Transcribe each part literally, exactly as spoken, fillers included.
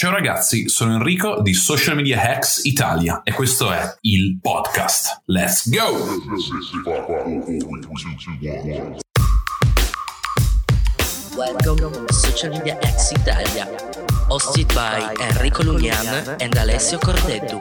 Ciao ragazzi, sono Enrico di Social Media Hacks Italia e questo è il podcast. Let's go! Welcome to Social Media Hacks Italia, hosted by Enrico Lugnan and Alessio Cordeddu.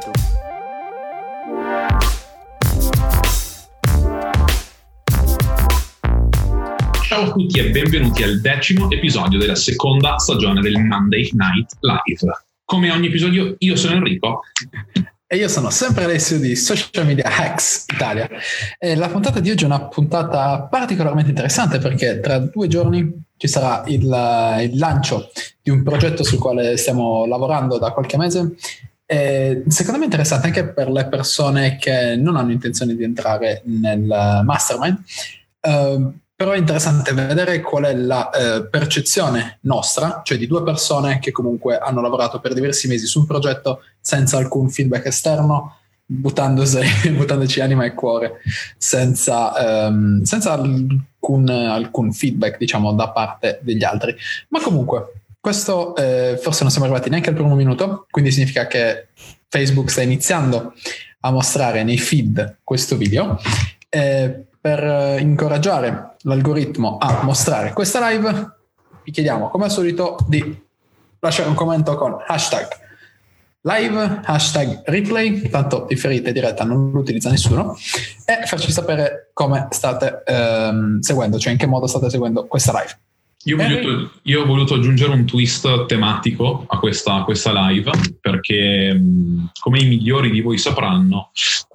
Ciao a tutti e benvenuti al decimo episodio della seconda stagione del Monday Night Live. Come ogni episodio, io sono Enrico. E io sono sempre Alessio di Social Media Hacks Italia. E la puntata di oggi è una puntata particolarmente interessante perché tra due giorni ci sarà il, il lancio di un progetto sul quale stiamo lavorando da qualche mese. E secondo me è interessante anche per le persone che non hanno intenzione di entrare nel mastermind. Uh, Però è interessante vedere qual è la eh, percezione nostra, cioè di due persone che comunque hanno lavorato per diversi mesi su un progetto senza alcun feedback esterno, buttandosi, buttandoci anima e cuore, senza, ehm, senza alcun, alcun feedback, diciamo, da parte degli altri. Ma comunque, questo eh, forse non siamo arrivati neanche al primo minuto, quindi significa che Facebook sta iniziando a mostrare nei feed questo video. Eh, Per incoraggiare l'algoritmo a mostrare questa live, vi chiediamo come al solito di lasciare un commento con hashtag live, hashtag replay, tanto differita e diretta non lo utilizza nessuno, e farci sapere come state ehm, seguendo, cioè in che modo state seguendo questa live. Io ho, voluto, io ho voluto aggiungere un twist tematico a questa, a questa live perché, come i migliori di voi sapranno,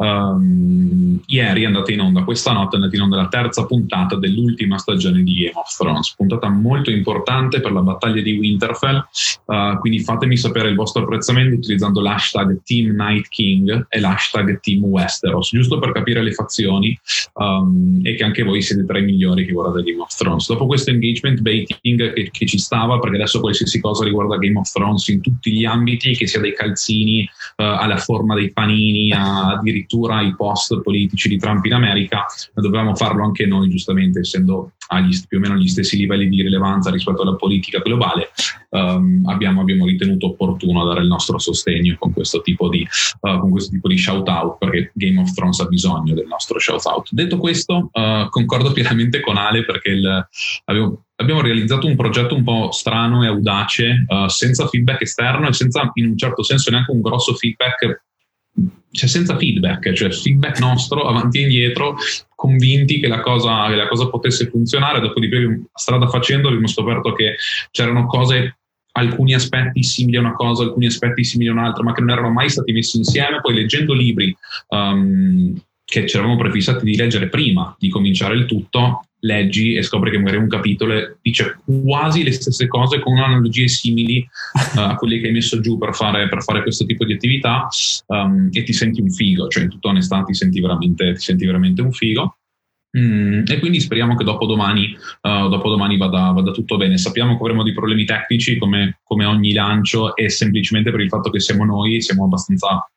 um, ieri è andata in onda, questa notte è andata in onda la terza puntata dell'ultima stagione di Game of Thrones, puntata molto importante per la battaglia di Winterfell, uh, quindi fatemi sapere il vostro apprezzamento utilizzando l'hashtag Team Night King e l'hashtag Team Westeros, giusto per capire le fazioni um, e che anche voi siete tra i migliori che guardate Game of Thrones. Dopo questo engagement bait Che, che ci stava, perché adesso qualsiasi cosa riguarda Game of Thrones in tutti gli ambiti, che sia dai calzini uh, alla forma dei panini a, addirittura ai post politici di Trump in America, dovevamo farlo anche noi, giustamente essendo agli, più o meno agli stessi livelli di rilevanza rispetto alla politica globale. Um, abbiamo, abbiamo ritenuto opportuno dare il nostro sostegno con questo tipo di uh, con questo tipo di shout out, perché Game of Thrones ha bisogno del nostro shout out. Detto questo, uh, concordo pienamente con Ale perché il, avevo Abbiamo realizzato un progetto un po' strano e audace, uh, senza feedback esterno e senza, in un certo senso, neanche un grosso feedback, cioè senza feedback, cioè feedback nostro, avanti e indietro, convinti che la cosa, che la cosa potesse funzionare. Dopodiché, strada facendo, abbiamo scoperto che c'erano cose, alcuni aspetti simili a una cosa, alcuni aspetti simili a un'altra, ma che non erano mai stati messi insieme. Poi leggendo libri um, che ci eravamo prefissati di leggere prima di cominciare il tutto, leggi e scopri che magari un capitolo dice quasi le stesse cose con analogie simili uh, a quelle che hai messo giù per fare, per fare questo tipo di attività, um, e ti senti un figo, cioè in tutta onestà ti senti veramente, ti senti veramente un figo. Mm, e quindi speriamo che dopo domani, uh, dopo domani vada, vada tutto bene. Sappiamo che avremo dei problemi tecnici come, come ogni lancio, e semplicemente per il fatto che siamo noi, siamo abbastanza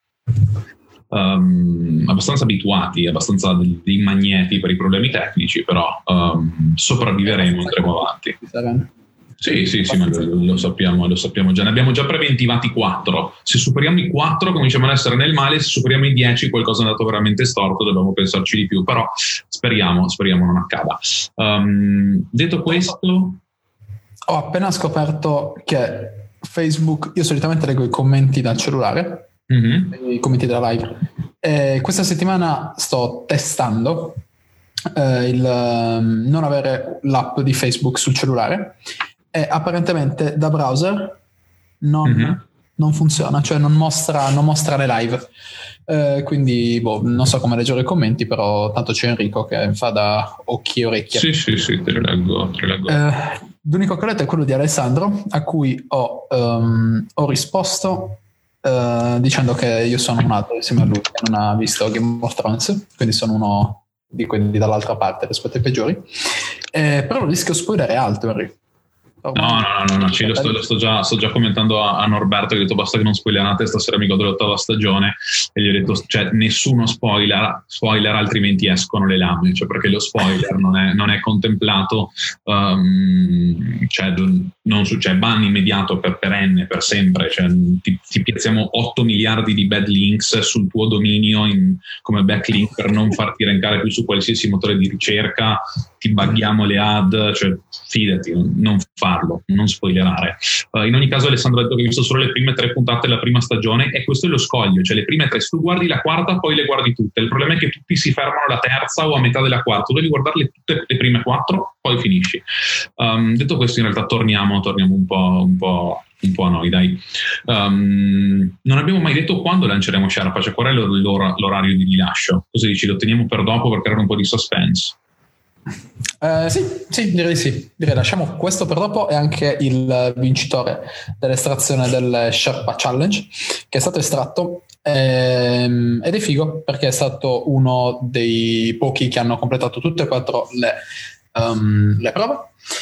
Um, abbastanza abituati, abbastanza dei, dei magneti per i problemi tecnici, però um, sopravviveremo, andremo avanti. Sì, sì, sì, ma lo, lo sappiamo, lo sappiamo già. Ne abbiamo già preventivati quattro. Se superiamo i quattro cominciamo ad essere nel male, se superiamo i dieci qualcosa è andato veramente storto, dobbiamo pensarci di più, però speriamo, speriamo non accada. Um, detto questo, ho appena scoperto che Facebook, io solitamente leggo i commenti dal cellulare, mm-hmm. i commenti della live, e questa settimana sto testando eh, il um, non avere l'app di Facebook sul cellulare, e apparentemente da browser non, mm-hmm. non funziona, cioè non mostra, non mostra le live, eh, quindi boh, non so come leggere i commenti, però tanto c'è Enrico che fa da occhi e orecchie. Sì, sì, sì, te le leggo, te le leggo. Eh, l'unico che ho letto è quello di Alessandro, a cui ho, um, ho risposto Uh, dicendo che io sono un altro insieme a lui che non ha visto Game of Thrones, quindi sono uno di quelli dall'altra parte rispetto ai peggiori, eh, però il rischio spoiler è alto, Henry. No, no, no, no, no, ci, lo, sto, lo sto, già, sto già commentando a, a Norberto, che ho detto basta che non spoilerate, stasera mi godo l'ottava stagione, e gli ho detto cioè nessuno spoiler, spoiler altrimenti escono le lame, cioè perché lo spoiler non è, non è contemplato, um, cioè non succede, ban immediato per perenne, per sempre, cioè ti, ti piazziamo otto miliardi di bad links sul tuo dominio in, come backlink per non farti rankare più su qualsiasi motore di ricerca, ti bughiamo le ad, cioè fidati, non farlo, non spoilerare. Uh, in ogni caso Alessandro ha detto che ha visto solo le prime tre puntate della prima stagione e questo è lo scoglio, cioè le prime tre, se tu guardi la quarta poi le guardi tutte, il problema è che tutti si fermano alla terza o a metà della quarta, tu devi guardarle tutte le prime quattro, poi finisci. Um, detto questo, in realtà torniamo torniamo un po', un po', un po' a noi, dai. Um, non abbiamo mai detto quando lanceremo Sherpa, cioè qual è l'or- l'or- l'orario di rilascio? Cosa dici? Lo teniamo per dopo per creare un po' di suspense? Uh, sì, sì, direi sì. Direi lasciamo questo per dopo e anche il vincitore dell'estrazione del Sherpa Challenge che è stato estratto ehm, ed è figo perché è stato uno dei pochi che hanno completato tutte e quattro le Um, le prove.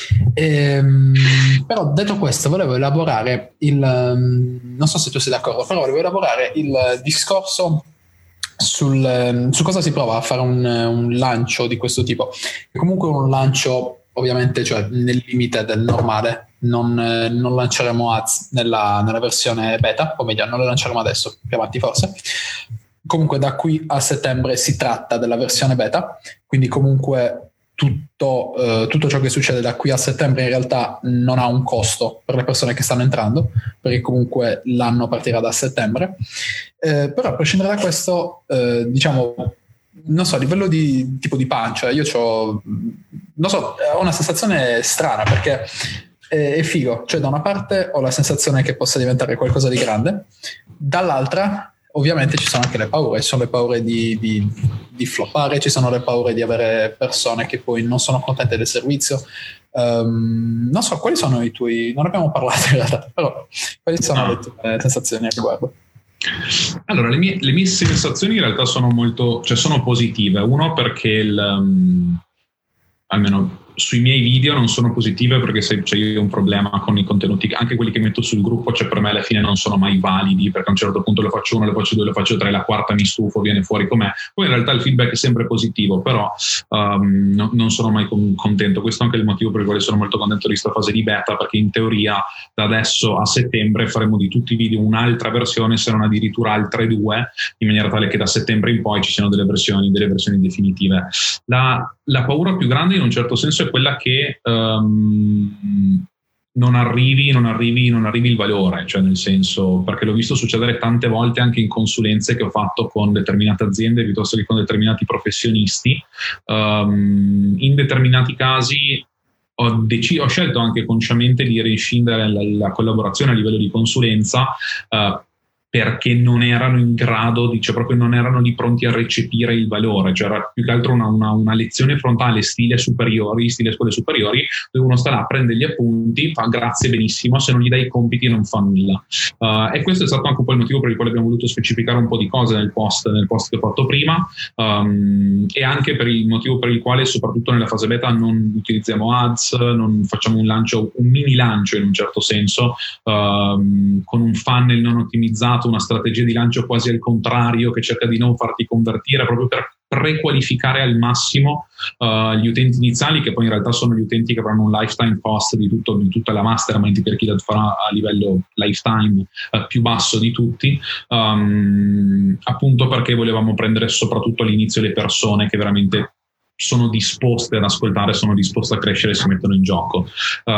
Ehm, però detto questo volevo elaborare il um, non so se tu sei d'accordo, però volevo elaborare il discorso sul, um, su cosa si prova a fare un, un lancio di questo tipo. È comunque un lancio ovviamente, cioè nel limite del normale, non, eh, non lanceremo ads nella, nella versione beta, o meglio non le lanceremo adesso, più avanti forse. Comunque da qui a settembre si tratta della versione beta, quindi comunque Tutto, eh, tutto ciò che succede da qui a settembre in realtà non ha un costo per le persone che stanno entrando, perché comunque l'anno partirà da settembre. Eh, però a prescindere da questo, eh, diciamo, non so, a livello di tipo di pancia, io c'ho, non so, ho una sensazione strana perché è, è figo. Cioè, da una parte ho la sensazione che possa diventare qualcosa di grande, dall'altra ovviamente ci sono anche le paure, ci sono le paure di, di, di floppare, ci sono le paure di avere persone che poi non sono contente del servizio. Um, non so, quali sono i tuoi, non abbiamo parlato in realtà, però quali sono no. le tue sensazioni a riguardo? Allora, le mie, le mie sensazioni in realtà sono molto, cioè sono positive. Uno perché il, um, almeno sui miei video non sono positive perché se c'è io un problema con i contenuti, anche quelli che metto sul gruppo, cioè per me alla fine non sono mai validi perché a un certo punto lo faccio uno, lo faccio due, lo faccio tre, la quarta mi stufo, viene fuori com'è. Poi in realtà il feedback è sempre positivo, però um, no, non sono mai con, contento. Questo è anche il motivo per il quale sono molto contento di questa fase di beta, perché in teoria da adesso a settembre faremo di tutti i video un'altra versione, se non addirittura altre due, in maniera tale che da settembre in poi ci siano delle versioni, delle versioni definitive. La, la paura più grande in un certo senso è quella che um, non arrivi, non arrivi, non arrivi il valore, cioè nel senso, perché l'ho visto succedere tante volte anche in consulenze che ho fatto con determinate aziende piuttosto che con determinati professionisti. Um, in determinati casi ho, dec- ho scelto anche consciamente di rescindere la, la collaborazione a livello di consulenza uh, perché non erano in grado di, cioè proprio non erano lì pronti a recepire il valore, cioè era più che altro una, una, una lezione frontale stile superiori, stile scuole superiori, dove uno sta là, prende gli appunti, fa grazie benissimo, se non gli dai i compiti non fa nulla. Uh, e questo è stato anche un po' il motivo per il quale abbiamo voluto specificare un po' di cose nel post, nel post che ho fatto prima, um, e anche per il motivo per il quale soprattutto nella fase beta non utilizziamo ads, non facciamo un lancio, un mini lancio in un certo senso, um, con un funnel non ottimizzato, una strategia di lancio quasi al contrario che cerca di non farti convertire, proprio per prequalificare al massimo uh, gli utenti iniziali, che poi in realtà sono gli utenti che avranno un lifetime cost di, tutto, di tutta la mastermind per chi la farà a livello lifetime uh, più basso di tutti, um, appunto perché volevamo prendere soprattutto all'inizio le persone che veramente sono disposte ad ascoltare, sono disposte a crescere e si mettono in gioco.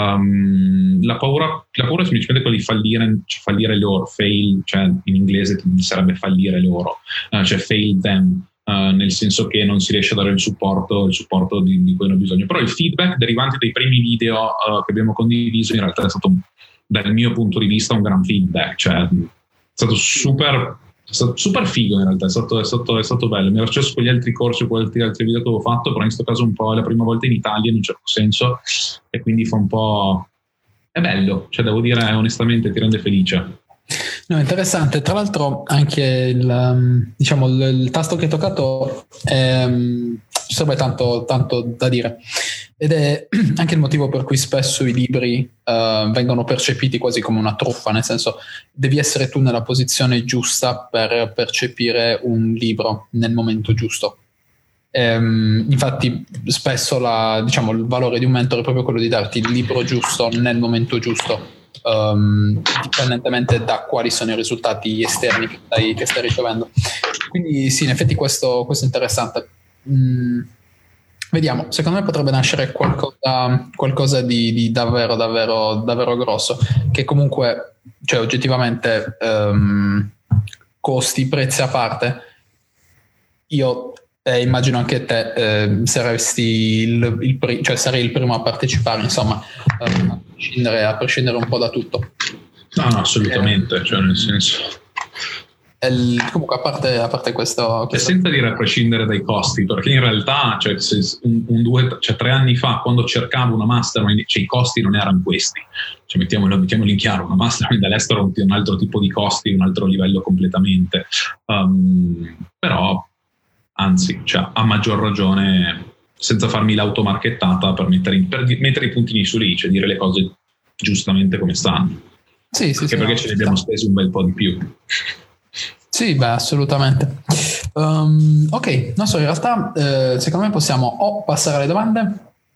Um, la paura, la paura è semplicemente quella di fallire, cioè fallire loro, fail, cioè in inglese sarebbe fallire loro, uh, cioè fail them, uh, nel senso che non si riesce a dare il supporto, il supporto di, di cui hanno bisogno. Però il feedback derivante dai primi video uh, che abbiamo condiviso in realtà è stato, dal mio punto di vista, un gran feedback, cioè è stato super... È stato super figo in realtà, è stato, è stato, è stato bello. Mi ero acceso con gli altri corsi o con gli altri, altri video che avevo fatto, però in questo caso un po' è la prima volta in Italia in un certo senso, e quindi fa un po'... è bello, cioè devo dire onestamente ti rende felice. No, interessante. Tra l'altro anche il, diciamo, il, il tasto che hai toccato ehm, ci sarebbe tanto, tanto da dire, ed è anche il motivo per cui spesso i libri uh, vengono percepiti quasi come una truffa, nel senso devi essere tu nella posizione giusta per percepire un libro nel momento giusto. Ehm, infatti spesso la, diciamo, il valore di un mentore è proprio quello di darti il libro giusto nel momento giusto, um, dipendentemente da quali sono i risultati esterni che stai, che stai ricevendo. Quindi sì, in effetti questo, questo è interessante. Mm, vediamo, secondo me potrebbe nascere qualcosa, qualcosa di, di davvero davvero davvero grosso, che comunque, cioè oggettivamente, um, costi, prezzi a parte, io eh, immagino anche te eh, saresti il, il pri- cioè sarei il primo a partecipare, insomma, eh, a, prescindere, a prescindere un po' da tutto. No, no, assolutamente, eh, cioè nel senso... Il, comunque a parte, a parte questo, questo... senza dire a prescindere dai costi, perché in realtà cioè, se un, un due, cioè, tre anni fa quando cercavo una mastermind, cioè, i costi non erano questi, cioè, mettiamolo, mettiamolo in chiaro, una mastermind all'estero è un, un altro tipo di costi, un altro livello completamente, um, però anzi, cioè, a maggior ragione, senza farmi l'automarchettata, per mettere, per mettere i puntini su i, cioè dire le cose giustamente come stanno. Sì, sì, anche sì, perché no, ce ne abbiamo spesi un bel po' di più. Sì, beh, assolutamente. Um, ok, non so, in realtà eh, secondo me possiamo o passare alle domande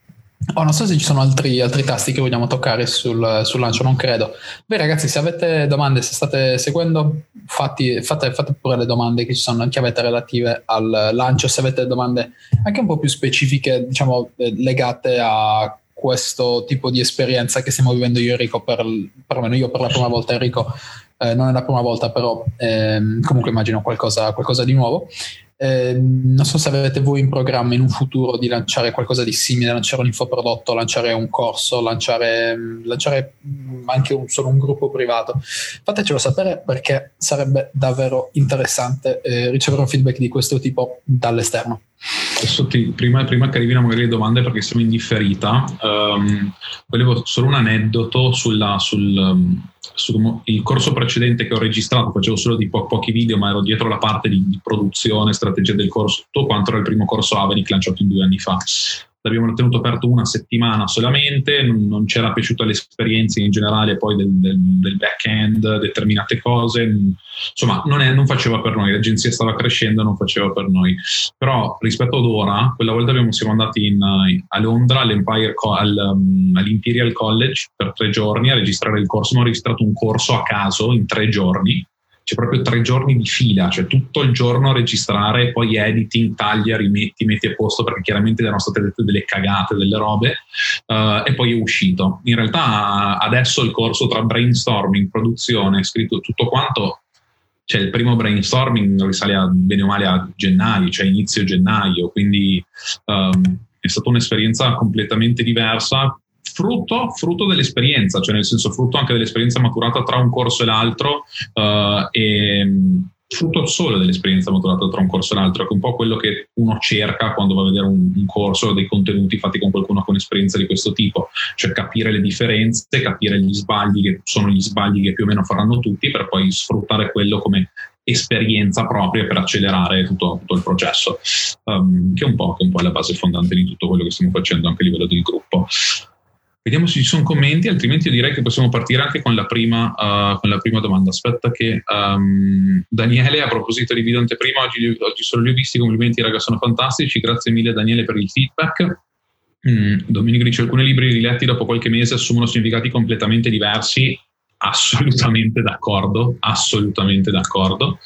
o non so se ci sono altri, altri tasti che vogliamo toccare sul, sul lancio, non credo. Beh ragazzi, se avete domande, se state seguendo, fatti, fate, fate pure le domande che ci sono, che avete relative al lancio, se avete domande anche un po' più specifiche, diciamo, legate a questo tipo di esperienza che stiamo vivendo io e Enrico, per, perlomeno io per la prima volta, Enrico eh, non è la prima volta, però ehm, comunque immagino qualcosa, qualcosa di nuovo. Eh, non so se avete voi in programma in un futuro di lanciare qualcosa di simile, lanciare un infoprodotto, lanciare un corso, lanciare, lanciare anche un, solo un gruppo privato. Fatecelo sapere, perché sarebbe davvero interessante eh, ricevere un feedback di questo tipo dall'esterno. Adesso ti, prima, prima che arrivino magari le domande, perché siamo in differita, um, volevo solo un aneddoto sulla, sul, um, sul il corso precedente che ho registrato. Facevo solo di po- pochi video, ma ero dietro la parte di, di produzione, strategia del corso, tutto quanto. Era il primo corso Avenic lanciato in due anni fa. L'abbiamo tenuto aperto una settimana solamente, non, non c'era piaciuta l'esperienza in generale poi del, del, del back-end, determinate cose, insomma non, è, non faceva per noi, l'agenzia stava crescendo, non faceva per noi. Però rispetto ad ora, quella volta abbiamo, siamo andati in, a Londra all'Empire, al, um, all'Imperial College per tre giorni a registrare il corso. Abbiamo registrato un corso a caso in tre giorni, c'è proprio tre giorni di fila, cioè tutto il giorno a registrare, poi editing, taglia, rimetti, metti a posto, perché chiaramente erano state dette delle cagate, delle robe, uh, e poi è uscito. In realtà adesso il corso, tra brainstorming, produzione, scritto tutto quanto, cioè il primo brainstorming risale a, bene o male a gennaio, cioè inizio gennaio, quindi um, è stata un'esperienza completamente diversa. Frutto, frutto dell'esperienza, cioè nel senso frutto anche dell'esperienza maturata tra un corso e l'altro, uh, e frutto solo dell'esperienza maturata tra un corso e l'altro, che è un po' quello che uno cerca quando va a vedere un, un corso o dei contenuti fatti con qualcuno con esperienza di questo tipo, cioè capire le differenze, capire gli sbagli che sono gli sbagli che più o meno faranno tutti, per poi sfruttare quello come esperienza propria per accelerare tutto, tutto il processo, um, che è un po', che è un po' la base fondante di tutto quello che stiamo facendo anche a livello del gruppo. Vediamo se ci sono commenti, altrimenti io direi che possiamo partire anche con la prima, uh, con la prima domanda. Aspetta che um, Daniele, a proposito di video anteprima, oggi, oggi solo li ho visti, complimenti raga, sono fantastici, grazie mille Daniele per il feedback. Mm, Domenico dice: alcuni libri riletti dopo qualche mese assumono significati completamente diversi. Assolutamente d'accordo, assolutamente d'accordo.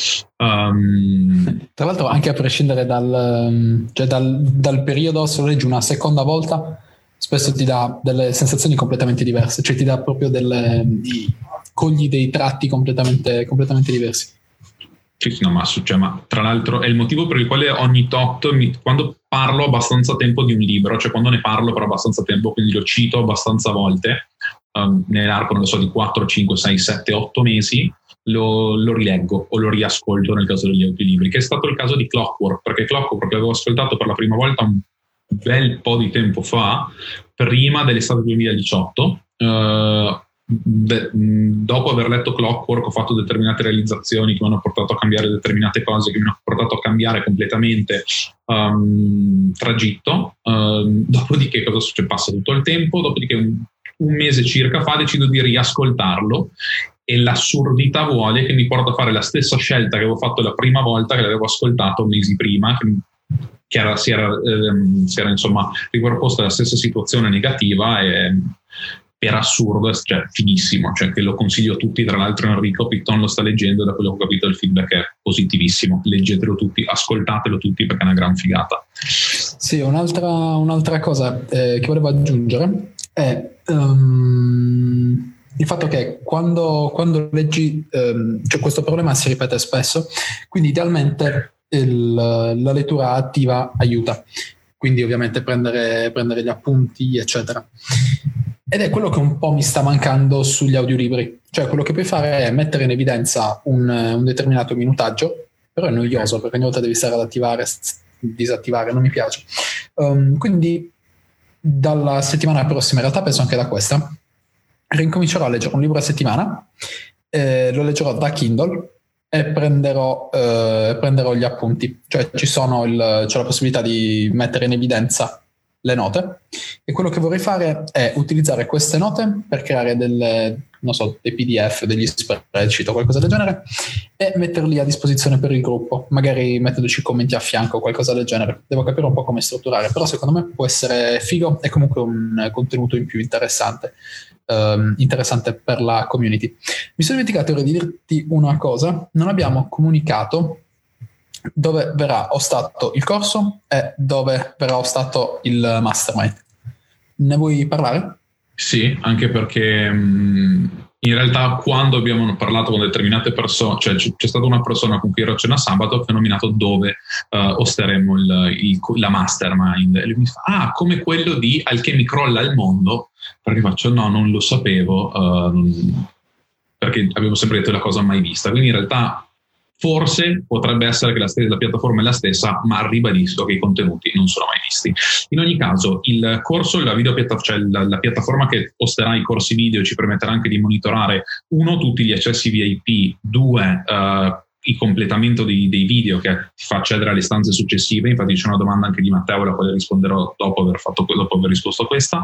Um, Tra l'altro anche a prescindere dal, cioè dal, dal periodo, se lo leggi una seconda volta spesso ti dà delle sensazioni completamente diverse, cioè ti dà proprio delle, di, cogli dei tratti completamente, completamente diversi. Sì, no, ma, cioè, ma tra l'altro è il motivo per il quale ogni tot, mi, quando parlo abbastanza tempo di un libro, cioè quando ne parlo per abbastanza tempo, quindi lo cito abbastanza volte, um, nell'arco, non lo so, di quattro, cinque, sei, sette, otto mesi, lo, lo rileggo o lo riascolto nel caso degli audiolibri, che è stato il caso di Clockwork, perché Clockwork l'avevo ascoltato per la prima volta un bel po' di tempo fa, prima dell'estate duemiladiciotto. Uh, de, dopo aver letto Clockwork ho fatto determinate realizzazioni che mi hanno portato a cambiare determinate cose, che mi hanno portato a cambiare completamente um, tragitto. Uh, dopodiché cosa succede? Passa tutto il tempo, dopodiché un, un mese circa fa decido di riascoltarlo, e l'assurdità vuole che mi porta a fare la stessa scelta che avevo fatto la prima volta che l'avevo ascoltato mesi prima, che che era, si, era, ehm, si era insomma riproposta la stessa situazione negativa e per assurdo, cioè fighissimo, cioè che lo consiglio a tutti. Tra l'altro Enrico Pitton lo sta leggendo, da quello che ho capito il feedback è positivissimo, leggetelo tutti, ascoltatelo tutti perché è una gran figata. Sì, un'altra, un'altra cosa eh, che volevo aggiungere è um, il fatto che quando, quando leggi, um, cioè questo problema si ripete spesso, quindi idealmente il, la lettura attiva aiuta, quindi ovviamente prendere, prendere gli appunti eccetera. Ed è quello che un po' mi sta mancando sugli audiolibri, cioè quello che puoi fare è mettere in evidenza un, un determinato minutaggio, però è noioso perché ogni volta devi stare ad attivare, disattivare, non mi piace. Um, quindi dalla settimana prossima, in realtà penso anche da questa, rincomincerò a leggere un libro a settimana, eh, lo leggerò da Kindle e prenderò, eh, prenderò gli appunti, cioè ci sono il, c'è la possibilità di mettere in evidenza le note, e quello che vorrei fare è utilizzare queste note per creare delle, non so, dei P D F, degli spreadsheet o qualcosa del genere e metterli a disposizione per il gruppo, magari mettendoci commenti a fianco o qualcosa del genere. Devo capire un po' come strutturare, però secondo me può essere figo e comunque un contenuto in più interessante, um, interessante per la community. Mi sono dimenticato ora di dirti una cosa: non abbiamo comunicato dove verrà ostato il corso e dove verrà ostato il mastermind. Ne vuoi parlare? Sì, anche perché mh, in realtà quando abbiamo parlato con determinate persone, cioè c- c'è stata una persona con cui ero a cena sabato che ha nominato dove uh, osteremo il, il, la mastermind, e lui mi fa: ah, come quello di Al che mi crolla il mondo, perché faccio no, non lo sapevo, uh, non, perché abbiamo sempre detto la cosa mai vista, quindi in realtà forse potrebbe essere che la, stessa, la piattaforma è la stessa, ma ribadisco che i contenuti non sono mai visti. In ogni caso, il corso, la, video piatta, cioè la, la piattaforma che osterà i corsi video ci permetterà anche di monitorare, uno, tutti gli accessi V I P, due, uh, il completamento dei, dei video che ti fa accedere alle stanze successive. Infatti c'è una domanda anche di Matteo, alla quale risponderò dopo aver, fatto, dopo aver risposto a questa.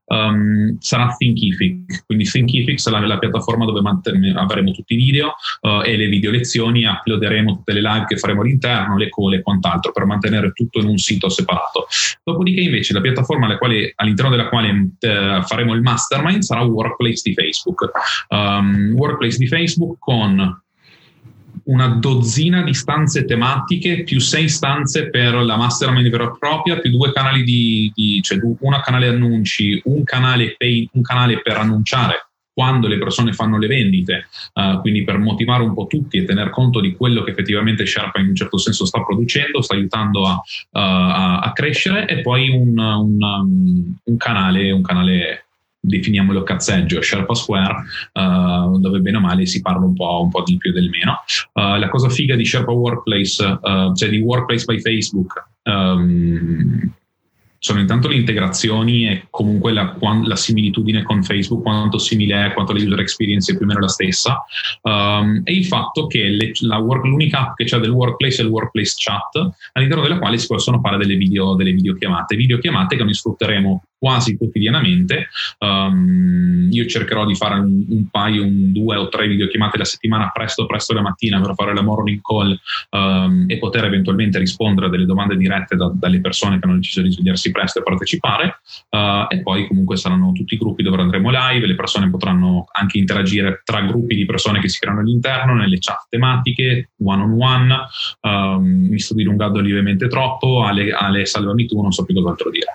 Um, sarà Thinkific, quindi Thinkific sarà la piattaforma dove avremo tutti i video uh, e le video lezioni, uploaderemo tutte le live che faremo all'interno, le call e quant'altro, per mantenere tutto in un sito separato. Dopodiché invece la piattaforma alla quale, all'interno della quale uh, faremo il mastermind sarà Workplace di Facebook. Um, Workplace di Facebook con una dozzina di stanze tematiche, più sei stanze per la mastermind vera e propria, più due canali di, di cioè una canale annunci, un canale pay, un canale per annunciare quando le persone fanno le vendite, uh, quindi per motivare un po' tutti e tener conto di quello che effettivamente Sherpa in un certo senso sta producendo, sta aiutando a, uh, a, a crescere, e poi un, un, um, un canale, un canale definiamolo cazzeggio, Sherpa Square, uh, dove bene o male si parla un po', un po' di più e del meno. Uh, la cosa figa di Sherpa Workplace, uh, cioè di Workplace by Facebook, um, sono intanto le integrazioni e comunque la, la similitudine con Facebook, quanto simile è, quanto la user experience è più o meno la stessa, um, e il fatto che le, la work, l'unica app che c'è del Workplace è il Workplace Chat, all'interno della quale si possono fare delle video, delle videochiamate, videochiamate che noi sfrutteremo quasi quotidianamente. Um, io cercherò di fare un, un paio, un due o tre videochiamate la settimana, presto presto la mattina, per fare la morning call um, e poter eventualmente rispondere a delle domande dirette da, dalle persone che hanno deciso di svegliarsi presto e partecipare, uh, e poi comunque saranno tutti i gruppi dove andremo live, le persone potranno anche interagire tra gruppi di persone che si creano all'interno, nelle chat tematiche, one on one. Um, mi sto dilungando lievemente troppo, Ale, Ale salvami tu, non so più cos'altro dire.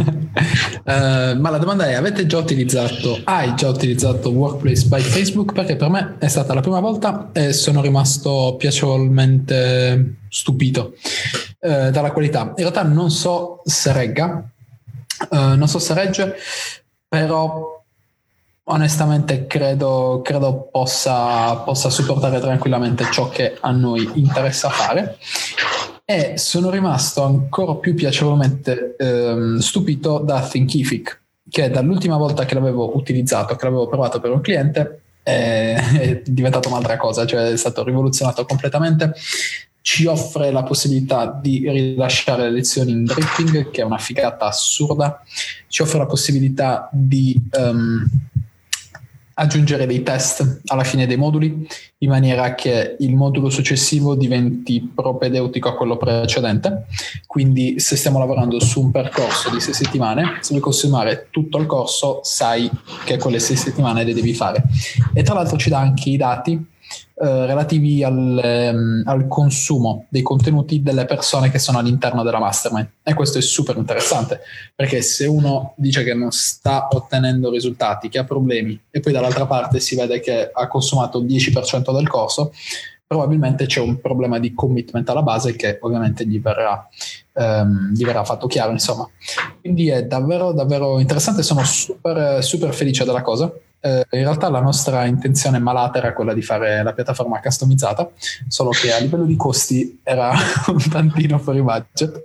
Uh, ma la domanda è: avete già utilizzato hai già utilizzato Workplace by Facebook? Perché per me è stata la prima volta e sono rimasto piacevolmente stupito uh, dalla qualità. In realtà non so se regga, uh, non so se regge, però onestamente credo, credo possa, possa supportare tranquillamente ciò che a noi interessa fare. E sono rimasto ancora più piacevolmente ehm, stupito da Thinkific, che dall'ultima volta che l'avevo utilizzato, che l'avevo provato per un cliente, è, è diventato un'altra cosa, cioè è stato rivoluzionato completamente. Ci offre la possibilità di rilasciare le lezioni in dripping, che è una figata assurda. Ci offre la possibilità di um, aggiungere dei test alla fine dei moduli in maniera che il modulo successivo diventi propedeutico a quello precedente. Quindi se stiamo lavorando su un percorso di sei settimane, se vuoi consumare tutto il corso sai che quelle sei settimane le devi fare. E tra l'altro ci dà anche i dati Eh, relativi al, ehm, al consumo dei contenuti delle persone che sono all'interno della mastermind, e questo è super interessante, perché se uno dice che non sta ottenendo risultati, che ha problemi, e poi dall'altra parte si vede che ha consumato il dieci per cento del corso, probabilmente c'è un problema di commitment alla base che ovviamente gli verrà, ehm, gli verrà fatto chiaro, insomma. Quindi è davvero davvero interessante, sono super, super felice della cosa. Eh, in realtà la nostra intenzione malata era quella di fare la piattaforma customizzata, solo che a livello di costi era un tantino fuori budget,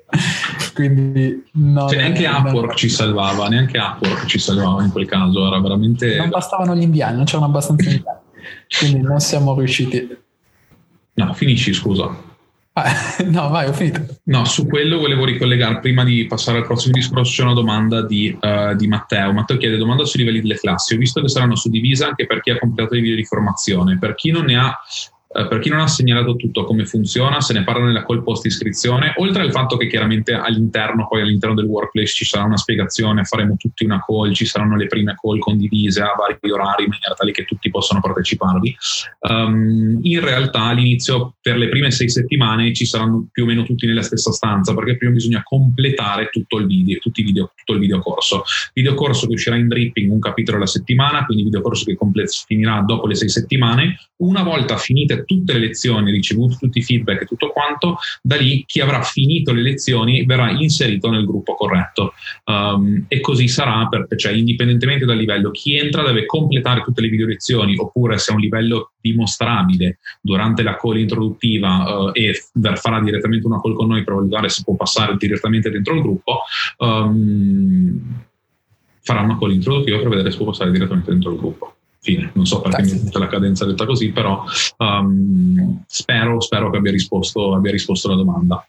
quindi non, cioè, neanche non, Upwork ci salvava, neanche Upwork ci salvava in quel caso, era veramente... Non bastavano gli indiani, non c'erano abbastanza indiani, quindi non siamo riusciti. No, finisci, scusa. Ah, no, vai, ho finito. No, su quello volevo ricollegare, prima di passare al prossimo discorso, c'è una domanda di, uh, di Matteo. Matteo chiede: domanda sui livelli delle classi. Ho visto che saranno suddivise anche per chi ha completato i video di formazione. Per chi non ne ha Uh, per chi non ha segnalato tutto come funziona, se ne parla nella call post iscrizione, oltre al fatto che chiaramente all'interno, poi all'interno del workplace ci sarà una spiegazione, faremo tutti una call, ci saranno le prime call condivise a vari orari in maniera tale che tutti possano parteciparvi. Um, in realtà all'inizio, per le prime sei settimane, ci saranno più o meno tutti nella stessa stanza, perché prima bisogna completare tutto il video, tutti i video, tutto il videocorso. Videocorso che uscirà in dripping un capitolo alla settimana, quindi videocorso che complet- finirà dopo le sei settimane. Una volta finite tutte le lezioni, ricevuto tutti i feedback e tutto quanto, da lì chi avrà finito le lezioni verrà inserito nel gruppo corretto, um, e così sarà, per, cioè indipendentemente dal livello, chi entra deve completare tutte le video lezioni, oppure se è un livello dimostrabile durante la call introduttiva uh, e farà direttamente una call con noi per valutare se può passare direttamente dentro il gruppo, um, farà una call introduttiva per vedere se può passare direttamente dentro il gruppo. Fine. Non so perché mi è tutta la cadenza detta così, però um, spero, spero che abbia risposto, abbia risposto alla domanda.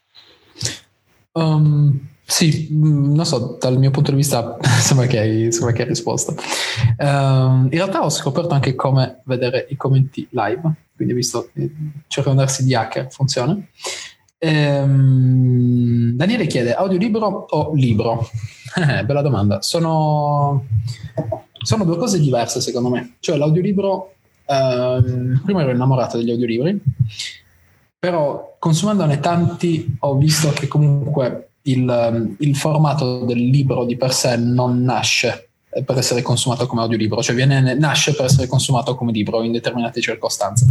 Um, sì, non so, dal mio punto di vista sembra che hai, sembra che hai risposto. Um, in realtà ho scoperto anche come vedere i commenti live, quindi ho visto che circondarsi di hacker funziona. Um, Daniele chiede: audiolibro o libro? Eh, bella domanda. Sono... Sono due cose diverse secondo me. Cioè l'audiolibro, ehm, prima ero innamorato degli audiolibri, però consumandone tanti ho visto che comunque il, il formato del libro di per sé non nasce per essere consumato come audiolibro, cioè viene, nasce per essere consumato come libro in determinate circostanze.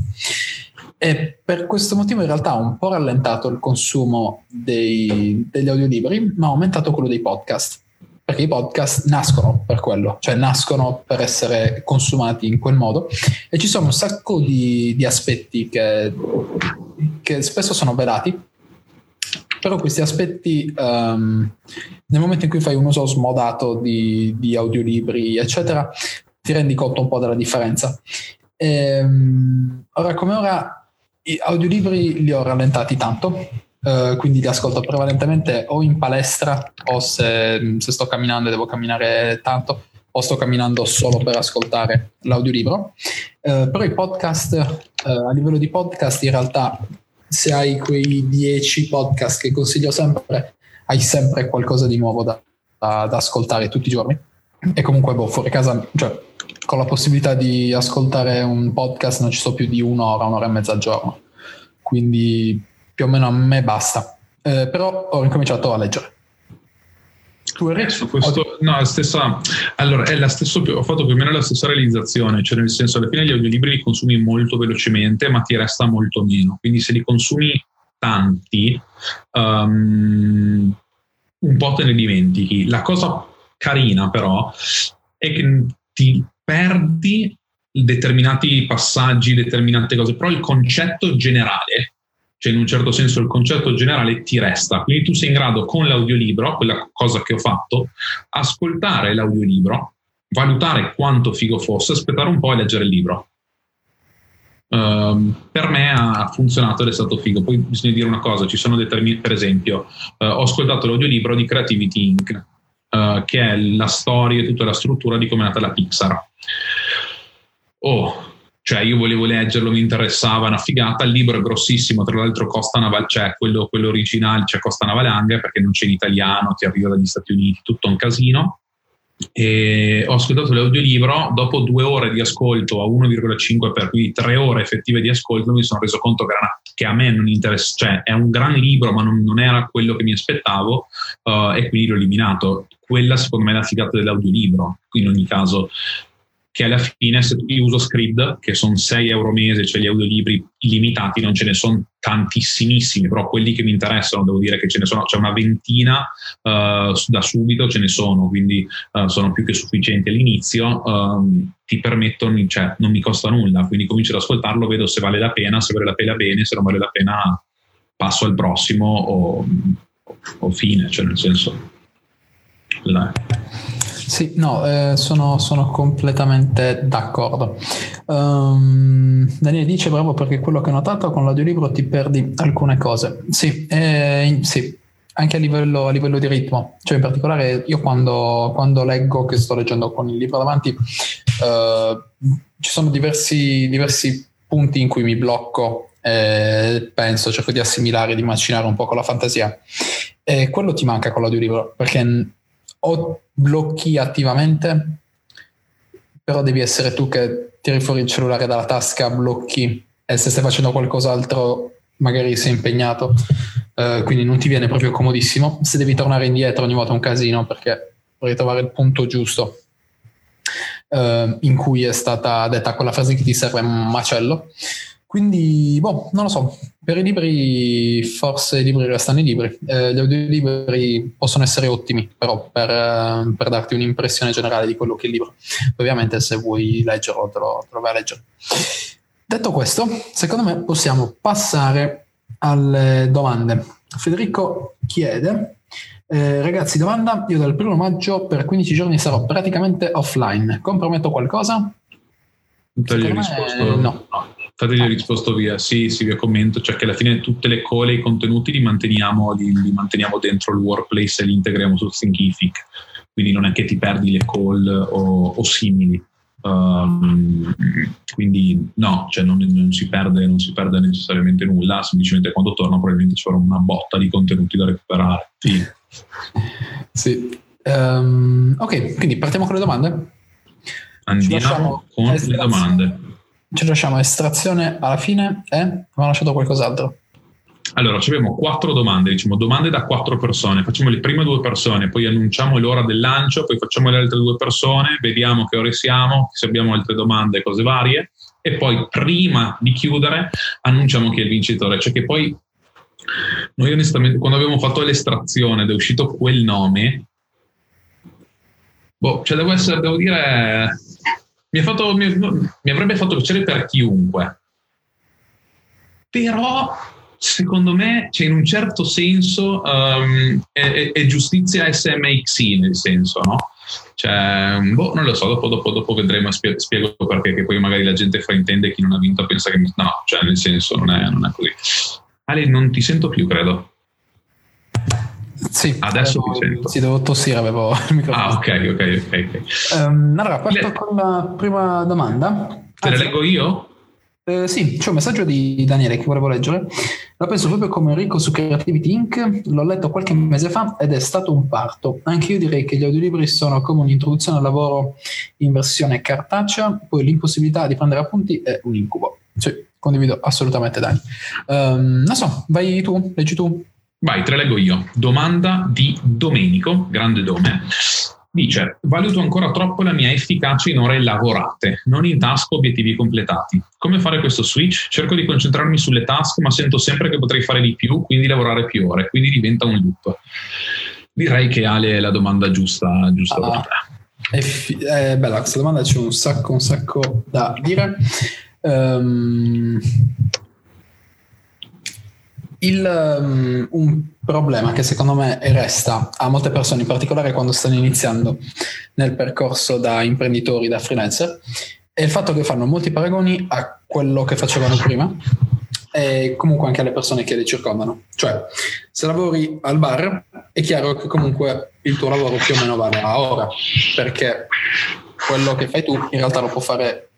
E per questo motivo in realtà ho un po' rallentato il consumo dei, degli audiolibri, ma ho aumentato quello dei podcast. Perché i podcast nascono per quello, cioè nascono per essere consumati in quel modo, e ci sono un sacco di, di aspetti che, che spesso sono velati, però questi aspetti um, nel momento in cui fai un uso smodato di, di audiolibri eccetera ti rendi conto un po' della differenza. E, um, ora come ora gli audiolibri li ho rallentati tanto. Uh, quindi li ascolto prevalentemente o in palestra o se, se sto camminando e devo camminare tanto, o sto camminando solo per ascoltare l'audiolibro. Uh, però i podcast, uh, a livello di podcast in realtà se hai quei dieci podcast che consiglio sempre, hai sempre qualcosa di nuovo da, da, da ascoltare tutti i giorni. E comunque boh, fuori casa, cioè con la possibilità di ascoltare un podcast non ci sto più di un'ora, un'ora e mezza al giorno, quindi più o meno a me basta, eh, però ho ricominciato a leggere. Tu eri? Su questo, no, la stessa, allora è la stessa, ho fatto più o meno la stessa realizzazione, cioè nel senso alla fine gli audiolibri li consumi molto velocemente, ma ti resta molto meno, quindi se li consumi tanti um, un po' te ne dimentichi. La cosa carina però è che ti perdi determinati passaggi, determinate cose, però il concetto generale, cioè in un certo senso il concetto generale ti resta, quindi tu sei in grado con l'audiolibro, quella cosa che ho fatto, ascoltare l'audiolibro, valutare quanto figo fosse, aspettare un po' e leggere il libro. Uh, per me ha funzionato ed è stato figo. Poi bisogna dire una cosa, ci sono determinati, per esempio uh, ho ascoltato l'audiolibro di Creativity Incorporated, uh, che è la storia e tutta la struttura di come è nata la Pixar. oh, cioè io volevo leggerlo, mi interessava, una figata. Il libro è grossissimo, tra l'altro costa una val- cioè quello, quello originale, cioè costa una valanga perché non c'è in italiano, ti arriva dagli Stati Uniti, tutto un casino. E ho ascoltato l'audiolibro. Dopo due ore di ascolto a uno virgola cinque per cui tre ore effettive di ascolto, mi sono reso conto che, era, che a me non interessa, cioè è un gran libro ma non, non era quello che mi aspettavo, uh, e quindi l'ho eliminato. Quella secondo me è la figata dell'audiolibro in ogni caso, che alla fine, se io uso Scribd, che sono sei euro mese, cioè gli audiolibri illimitati, non ce ne sono tantissimissimi, però quelli che mi interessano devo dire che ce ne sono, c'è una ventina uh, da subito, ce ne sono, quindi uh, sono più che sufficienti all'inizio, uh, ti permettono, cioè non mi costa nulla, quindi comincio ad ascoltarlo, vedo se vale la pena, se vale la pena bene, se non vale la pena passo al prossimo o, o fine, cioè nel senso... Là. Sì, no, eh, sono, sono completamente d'accordo. Um, Daniele dice bravo perché quello che ho notato con l'audiolibro ti perdi alcune cose. Sì, eh, sì, anche a livello, a livello di ritmo. Cioè in particolare io quando, quando leggo, che sto leggendo con il libro davanti, eh, ci sono diversi, diversi punti in cui mi blocco e penso, cerco di assimilare, di immaginare un po' con la fantasia. E quello ti manca con l'audiolibro perché... o blocchi attivamente, però devi essere tu che tiri fuori il cellulare dalla tasca, blocchi, e se stai facendo qualcos'altro magari sei impegnato, eh, quindi non ti viene proprio comodissimo. Se devi tornare indietro ogni volta è un casino perché devi trovare il punto giusto eh, in cui è stata detta quella frase che ti serve un macello. Quindi, boh, non lo so, per i libri forse i libri restano i libri, eh, gli audiolibri possono essere ottimi, però per, eh, per darti un'impressione generale di quello che è il libro. Ovviamente se vuoi leggerlo te lo, te lo vai a leggere. Detto questo, secondo me possiamo passare alle domande. Federico chiede, eh, ragazzi domanda, io dal primo maggio per quindici giorni sarò praticamente offline, comprometto qualcosa? Secondo me, risposto, no. Fategli ah. risposto via, sì, sì, via commento, cioè che alla fine tutte le call e i contenuti li manteniamo, li, li manteniamo dentro il workplace e li integriamo su Thinkific, quindi non è che ti perdi le call o, o simili, um, quindi no, cioè non, non, si perde, non si perde necessariamente nulla, semplicemente quando torno probabilmente ci avrò una botta di contenuti da recuperare. Sì, sì. Um, ok, quindi partiamo con le domande? Andiamo con le domande. Ci lasciamo estrazione alla fine e abbiamo lasciato qualcos'altro. Allora, abbiamo quattro domande, diciamo domande da quattro persone. Facciamo le prime due persone, poi annunciamo l'ora del lancio, poi facciamo le altre due persone, vediamo che ore siamo, se abbiamo altre domande, cose varie, e poi prima di chiudere annunciamo chi è il vincitore. Cioè che poi noi onestamente quando abbiamo fatto l'estrazione ed è uscito quel nome, boh, cioè devo essere, devo dire... Mi, ha fatto, mi, mi avrebbe fatto piacere per chiunque, però secondo me, cioè in un certo senso um, è, è giustizia S M X I, nel senso, no? Cioè, boh, non lo so, dopo, dopo, dopo vedremo, spiego, spiego perché, che poi magari la gente fraintende, chi non ha vinto pensa che no, cioè nel senso non è, non è così. Ale, non ti sento più, credo. Sì, adesso avevo, ti sento. Sì, devo tossire, avevo il microfono. Ah, ok, ok, ok. okay. Um, allora, parto Le... con la prima domanda. Te la leggo io? Eh, sì, c'è un messaggio di Daniele che volevo leggere. La penso proprio come Enrico su Creativity Incorporated. L'ho letto qualche mese fa ed è stato un parto. Anche io direi che gli audiolibri sono come un'introduzione al lavoro in versione cartacea, poi l'impossibilità di prendere appunti è un incubo. Sì, condivido assolutamente, Dani. Um, non so, vai tu, leggi tu. Vai, te la leggo io. Domanda di Domenico, grande Dome. Dice, valuto ancora troppo la mia efficacia in ore lavorate, non in task o obiettivi completati. Come fare questo switch? Cerco di concentrarmi sulle task, ma sento sempre che potrei fare di più, quindi lavorare più ore, quindi diventa un loop. Direi che Ale è la domanda giusta, giusta ah, per te. È, fi- è bella questa domanda, c'è un sacco, un sacco da dire. Um, il, um, un problema che secondo me resta a molte persone, in particolare quando stanno iniziando nel percorso da imprenditori, da freelancer, è il fatto che fanno molti paragoni a quello che facevano prima e comunque anche alle persone che le circondano. Cioè, se lavori al bar è chiaro che comunque il tuo lavoro più o meno vale a ora, perché quello che fai tu in realtà lo può fare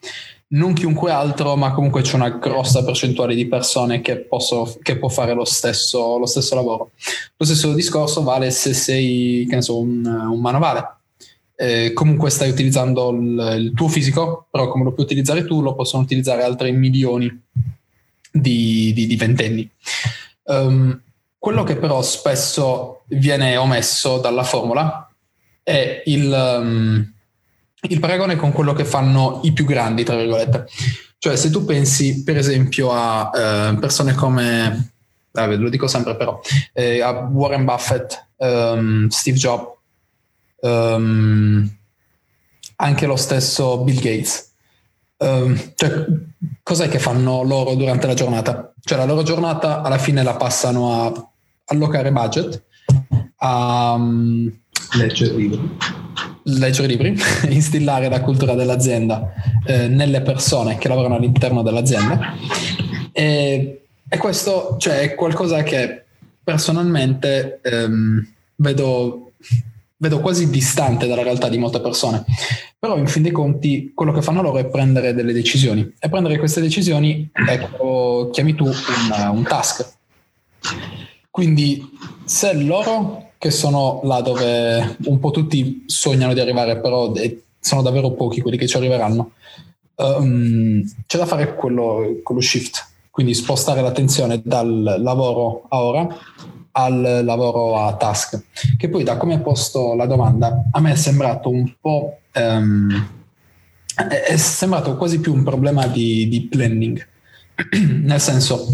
non chiunque altro, ma comunque c'è una grossa percentuale di persone che, possono, che può fare lo stesso, lo stesso lavoro. Lo stesso discorso vale se sei, che ne so, un, un manovale. Eh, comunque stai utilizzando il, il tuo fisico, però come lo puoi utilizzare tu, lo possono utilizzare altri milioni di, di, di ventenni. Um, quello che però spesso viene omesso dalla formula è il, um, il paragone con quello che fanno i più grandi, tra virgolette. Cioè, se tu pensi per esempio a uh, persone come, vabbè, lo dico sempre però, eh, a Warren Buffett, um, Steve Jobs, um, anche lo stesso Bill Gates. Um, cioè, cos'è che fanno loro durante la giornata? Cioè, la loro giornata alla fine la passano a allocare budget, a um, leggere libri, leggere libri instillare la cultura dell'azienda eh, nelle persone che lavorano all'interno dell'azienda, e, e questo, cioè, è qualcosa che personalmente ehm, vedo vedo quasi distante dalla realtà di molte persone. Però in fin dei conti quello che fanno loro è prendere delle decisioni, e prendere queste decisioni è quello chiami tu un, un task. Quindi se loro, che sono là dove un po' tutti sognano di arrivare, però sono davvero pochi quelli che ci arriveranno, um, c'è da fare quello, quello shift, quindi spostare l'attenzione dal lavoro a ora al lavoro a task, che poi, da come hai posto la domanda, a me è sembrato un po' um, è, è sembrato quasi più un problema di, di planning. Nel senso,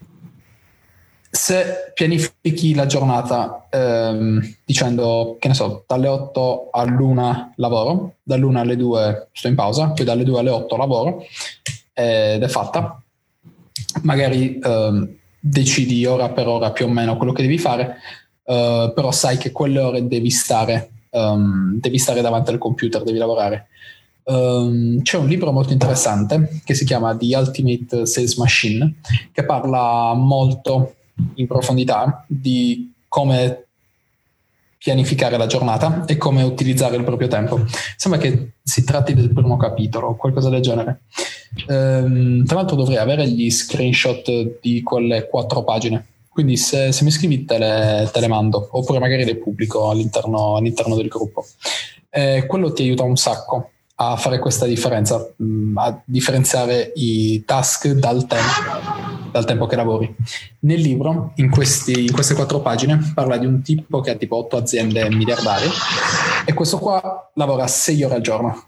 se pianifichi la giornata ehm, dicendo, che ne so, dalle otto all'una lavoro, dall'una alle due sto in pausa, poi dalle due alle otto lavoro ed è fatta, magari ehm, decidi ora per ora più o meno quello che devi fare, eh, però sai che quelle ore devi stare um, devi stare davanti al computer, devi lavorare. Um, c'è un libro molto interessante che si chiama The Ultimate Sales Machine, che parla molto in profondità di come pianificare la giornata e come utilizzare il proprio tempo. Sembra che si tratti del primo capitolo o qualcosa del genere. Ehm, tra l'altro dovrei avere gli screenshot di quelle quattro pagine, quindi se, se mi scrivi te le, te le mando, oppure magari le pubblico all'interno, all'interno del gruppo. Eh, quello ti aiuta un sacco a fare questa differenza, a differenziare i task dal tempo, dal tempo che lavori. Nel libro, in, questi, in queste quattro pagine, parla di un tipo che ha tipo otto aziende miliardarie, e questo qua lavora sei ore al giorno.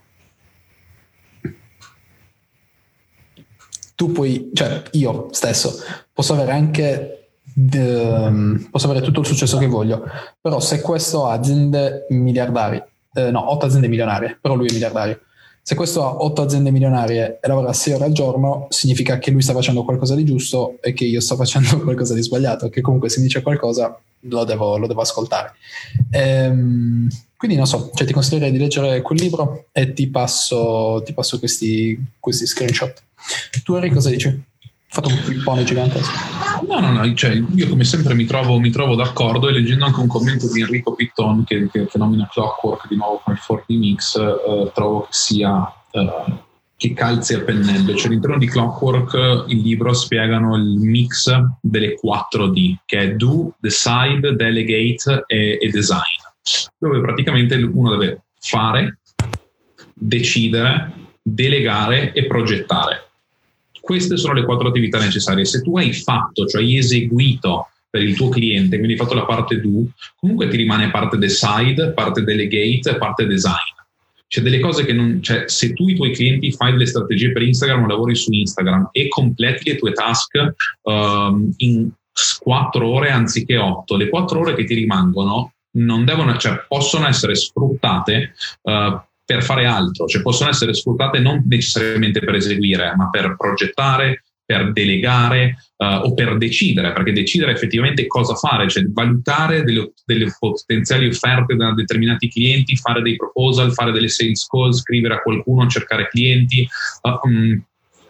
Tu puoi, cioè io stesso, posso avere anche, um, posso avere tutto il successo che voglio, però se questo ha aziende miliardarie, Eh, no, otto aziende milionarie, però lui è miliardario. Se questo ha otto aziende milionarie e lavora sei ore al giorno, significa che lui sta facendo qualcosa di giusto e che io sto facendo qualcosa di sbagliato, che comunque se mi dice qualcosa lo devo, lo devo ascoltare. Ehm, quindi non so, cioè ti consiglierei di leggere quel libro e ti passo, ti passo questi, questi screenshot. Tu Enrico cosa dici? Ho fatto un pippone gigantesco. No, no, no, cioè io come sempre mi trovo, mi trovo d'accordo, e leggendo anche un commento di Enrico Pitton che, che, che nomina Clockwork di nuovo con il quattro D Mix, eh, trovo che sia eh, che calzi a pennello. Cioè all'interno di Clockwork il libro spiegano il mix delle quattro D, che è Do, Decide, Delegate e, e Design, dove praticamente uno deve fare, decidere, delegare e progettare. Queste sono le quattro attività necessarie. Se tu hai fatto, cioè hai eseguito per il tuo cliente, quindi hai fatto la parte do, comunque ti rimane parte decide, parte delegate e parte design. C'è delle cose che non, cioè se tu i tuoi clienti fai delle strategie per Instagram o lavori su Instagram e completi le tue task um, in quattro ore anziché otto, le quattro ore che ti rimangono non devono, cioè possono essere sfruttate uh, per fare altro, cioè possono essere sfruttate non necessariamente per eseguire, ma per progettare, per delegare uh, o per decidere, perché decidere effettivamente cosa fare, cioè valutare delle, delle potenziali offerte da determinati clienti, fare dei proposal, fare delle sales call, scrivere a qualcuno, cercare clienti. Uh, um,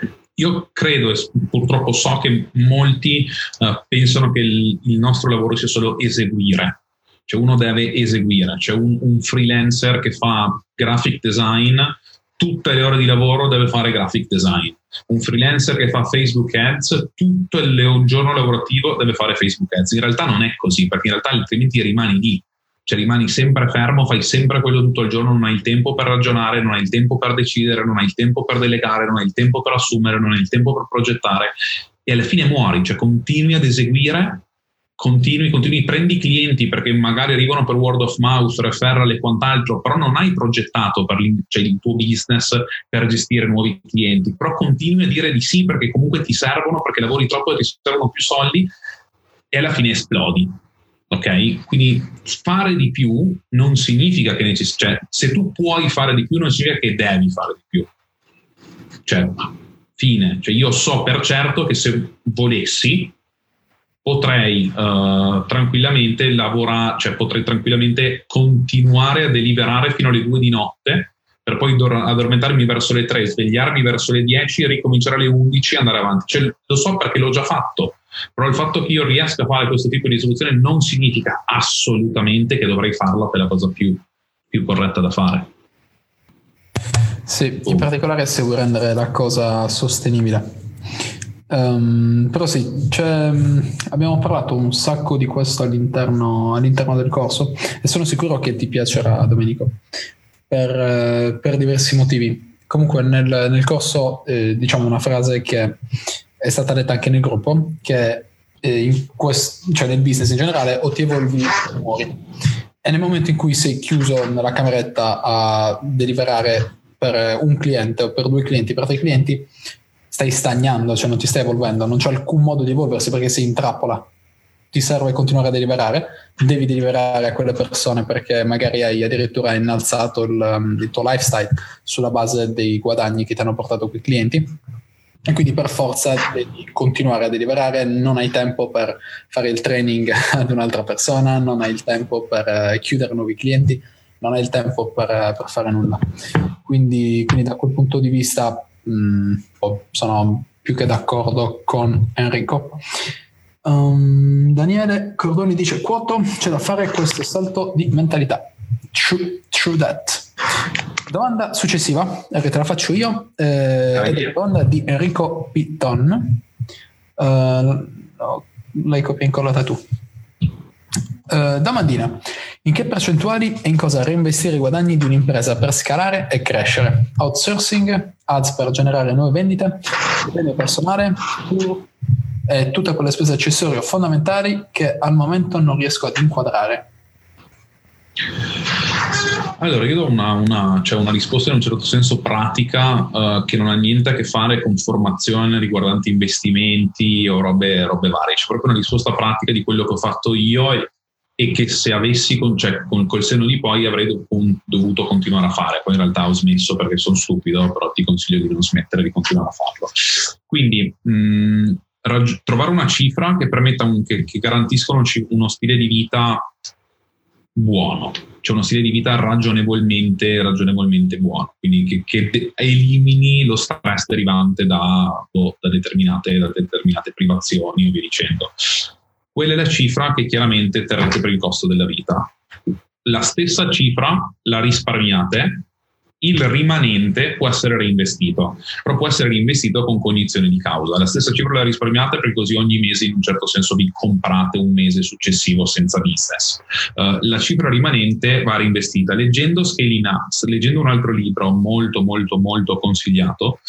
io credo, e purtroppo so che molti uh, pensano che il, il nostro lavoro sia solo eseguire. Cioè uno deve eseguire, c'è un, un freelancer che fa graphic design, tutte le ore di lavoro deve fare graphic design. Un freelancer che fa Facebook Ads tutto il giorno lavorativo deve fare Facebook Ads. In realtà non è così, perché in realtà altrimenti rimani lì, cioè rimani sempre fermo, fai sempre quello tutto il giorno, non hai il tempo per ragionare, non hai il tempo per decidere, non hai il tempo per delegare, non hai il tempo per assumere, non hai il tempo per progettare, e alla fine muori, cioè continui ad eseguire, continui, continui, prendi clienti perché magari arrivano per word of mouth, referral e quant'altro, però non hai progettato per cioè, il tuo business per gestire nuovi clienti, però continui a dire di sì perché comunque ti servono, perché lavori troppo e ti servono più soldi, e alla fine esplodi. Ok? Quindi fare di più non significa che necess- cioè, se tu puoi fare di più non significa che devi fare di più. Cioè, fine. Cioè, io so per certo che se volessi potrei uh, tranquillamente lavorare, cioè potrei tranquillamente continuare a deliberare fino alle due di notte per poi dor- addormentarmi verso le tre, svegliarmi verso le dieci e ricominciare alle undici e andare avanti. Cioè, lo so perché l'ho già fatto, però il fatto che io riesca a fare questo tipo di soluzione non significa assolutamente che dovrei farla per la cosa più, più corretta da fare. Sì, in particolare se vuoi rendere la cosa sostenibile. Um, però sì, cioè, abbiamo parlato un sacco di questo all'interno, all'interno del corso e sono sicuro che ti piacerà, Domenico, per, per diversi motivi. Comunque nel, nel corso eh, diciamo una frase che è stata detta anche nel gruppo, che eh, in quest- cioè nel business in generale o ti evolvi o muori, e nel momento in cui sei chiuso nella cameretta a deliberare per un cliente o per due clienti, per tre clienti, stai stagnando, cioè non ti stai evolvendo, non c'è alcun modo di evolversi perché sei in trappola. Ti serve continuare a deliberare, devi deliberare a quelle persone perché magari hai addirittura innalzato il, il tuo lifestyle sulla base dei guadagni che ti hanno portato quei clienti, e quindi per forza devi continuare a deliberare, non hai tempo per fare il training ad un'altra persona, non hai il tempo per chiudere nuovi clienti, non hai il tempo per, per fare nulla. Quindi, quindi da quel punto di vista mh, sono più che d'accordo con Enrico. Um, Daniele Cordoni dice: quoto, c'è da fare questo salto di mentalità. True, true that. Domanda successiva, che te la faccio io, eh, è la domanda di Enrico Pitton. Uh, no, l'hai copia incollata tu. Uh, domandina: in che percentuali e in cosa reinvestire i guadagni di un'impresa per scalare e crescere? Outsourcing, ads per generare nuove vendite, stipendio personale, e tutte quelle spese accessorie fondamentali che al momento non riesco ad inquadrare. Allora, io do una, una, cioè una risposta in un certo senso pratica uh, che non ha niente a che fare con formazione riguardanti investimenti o robe, robe varie. C'è proprio una risposta pratica di quello che ho fatto io e, e che se avessi, con, cioè con, col senno di poi avrei do, dovuto continuare a fare. Poi in realtà ho smesso perché sono stupido, però ti consiglio di non smettere di continuare a farlo. Quindi mh, raggi- trovare una cifra che permetta un, che, che garantisca uno, uno stile di vita buono, cioè uno stile di vita ragionevolmente, ragionevolmente buono, quindi che, che de- elimini lo stress derivante da, oh, da, determinate, da determinate privazioni e via dicendo. Quella è la cifra che chiaramente terrete per il costo della vita. La stessa cifra la risparmiate, il rimanente può essere reinvestito, però può essere reinvestito con cognizione di causa. La stessa cifra la risparmiate perché così ogni mese in un certo senso vi comprate un mese successivo senza business. Uh, la cifra rimanente va reinvestita. Leggendo Scaling Up, leggendo un altro libro molto molto molto consigliato,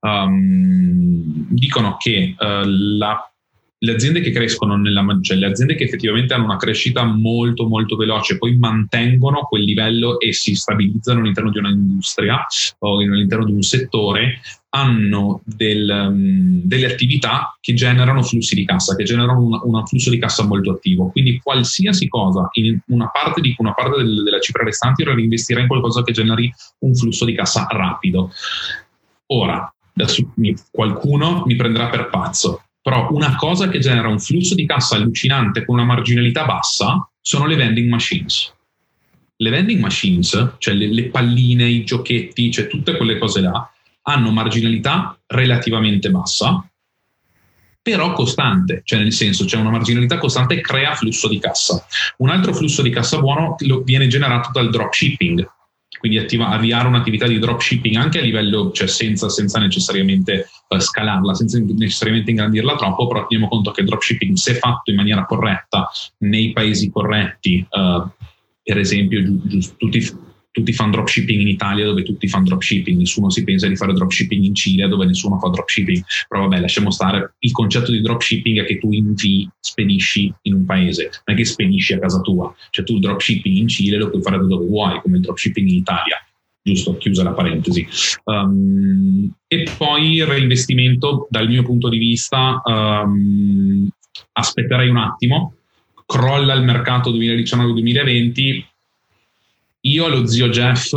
um, dicono che uh, la le aziende che crescono nella, cioè le aziende che effettivamente hanno una crescita molto molto veloce poi mantengono quel livello e si stabilizzano all'interno di un'industria o all'interno di un settore, hanno del, um, delle attività che generano flussi di cassa, che generano un, un flusso di cassa molto attivo. Quindi qualsiasi cosa, in una parte di una parte del, della cifra restante, io la reinvestirei in qualcosa che generi un flusso di cassa rapido. Ora, adesso mi, qualcuno mi prenderà per pazzo, però una cosa che genera un flusso di cassa allucinante con una marginalità bassa sono le vending machines. Le vending machines, cioè le, le palline, i giochetti, cioè tutte quelle cose là, hanno marginalità relativamente bassa, però costante, cioè nel senso c'è una marginalità costante e crea flusso di cassa. Un altro flusso di cassa buono lo viene generato dal dropshipping. quindi attiva, avviare un'attività di dropshipping anche a livello, cioè senza, senza necessariamente uh, scalarla, senza necessariamente ingrandirla troppo, però teniamo conto che il dropshipping, se fatto in maniera corretta nei paesi corretti, uh, per esempio gi- gi- tutti tutti fanno dropshipping in Italia dove tutti fanno dropshipping, nessuno si pensa di fare dropshipping in Cile dove nessuno fa dropshipping, però vabbè, lasciamo stare. Il concetto di dropshipping è che tu invii, spedisci in un paese, non è che spedisci a casa tua, cioè tu il dropshipping in Cile lo puoi fare da dove vuoi, come il dropshipping in Italia, giusto, chiusa la parentesi. Um, e poi il reinvestimento dal mio punto di vista, um, aspetterei un attimo, crolla il mercato duemiladiciannove duemilaventi. Io lo zio Jeff,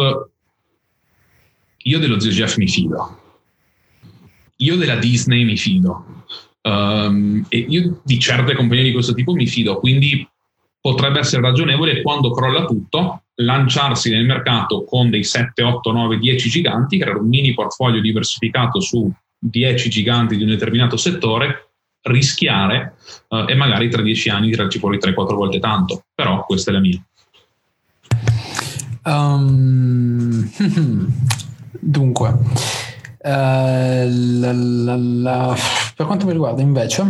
io dello zio Jeff mi fido, io della Disney mi fido, um, e io di certe compagnie di questo tipo mi fido, quindi potrebbe essere ragionevole quando crolla tutto lanciarsi nel mercato con dei sette, otto, nove, dieci giganti, creare un mini portfolio diversificato su dieci giganti di un determinato settore, rischiare uh, e magari tra dieci anni tirarci fuori tre quattro volte tanto, però questa è la mia. Um, dunque, uh, la, la, la, per quanto mi riguarda invece,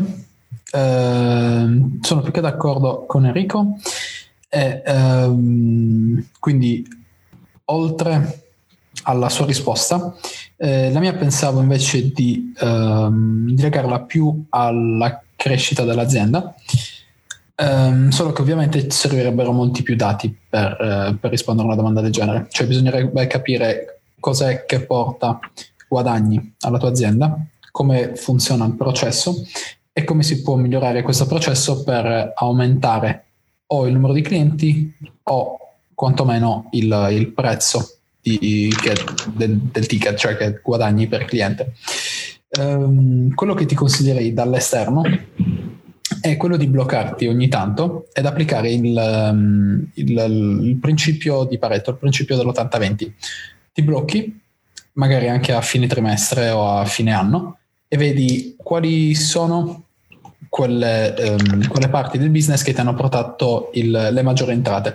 uh, sono più che d'accordo con Enrico e um, quindi oltre alla sua risposta, eh, la mia pensavo invece di, um, di legarla più alla crescita dell'azienda. Um, solo che ovviamente servirebbero molti più dati per, uh, per rispondere a una domanda del genere, cioè bisognerebbe capire cos'è che porta guadagni alla tua azienda, come funziona il processo e come si può migliorare questo processo per aumentare o il numero di clienti o quantomeno il, il prezzo di, che, del, del ticket, cioè che guadagni per cliente. Um, quello che ti consiglierei dall'esterno è quello di bloccarti ogni tanto ed applicare il, il, il principio di Pareto, il principio dell'ottanta venti. Ti blocchi, magari anche a fine trimestre o a fine anno, e vedi quali sono quelle, um, quelle parti del business che ti hanno portato il, le maggiori entrate.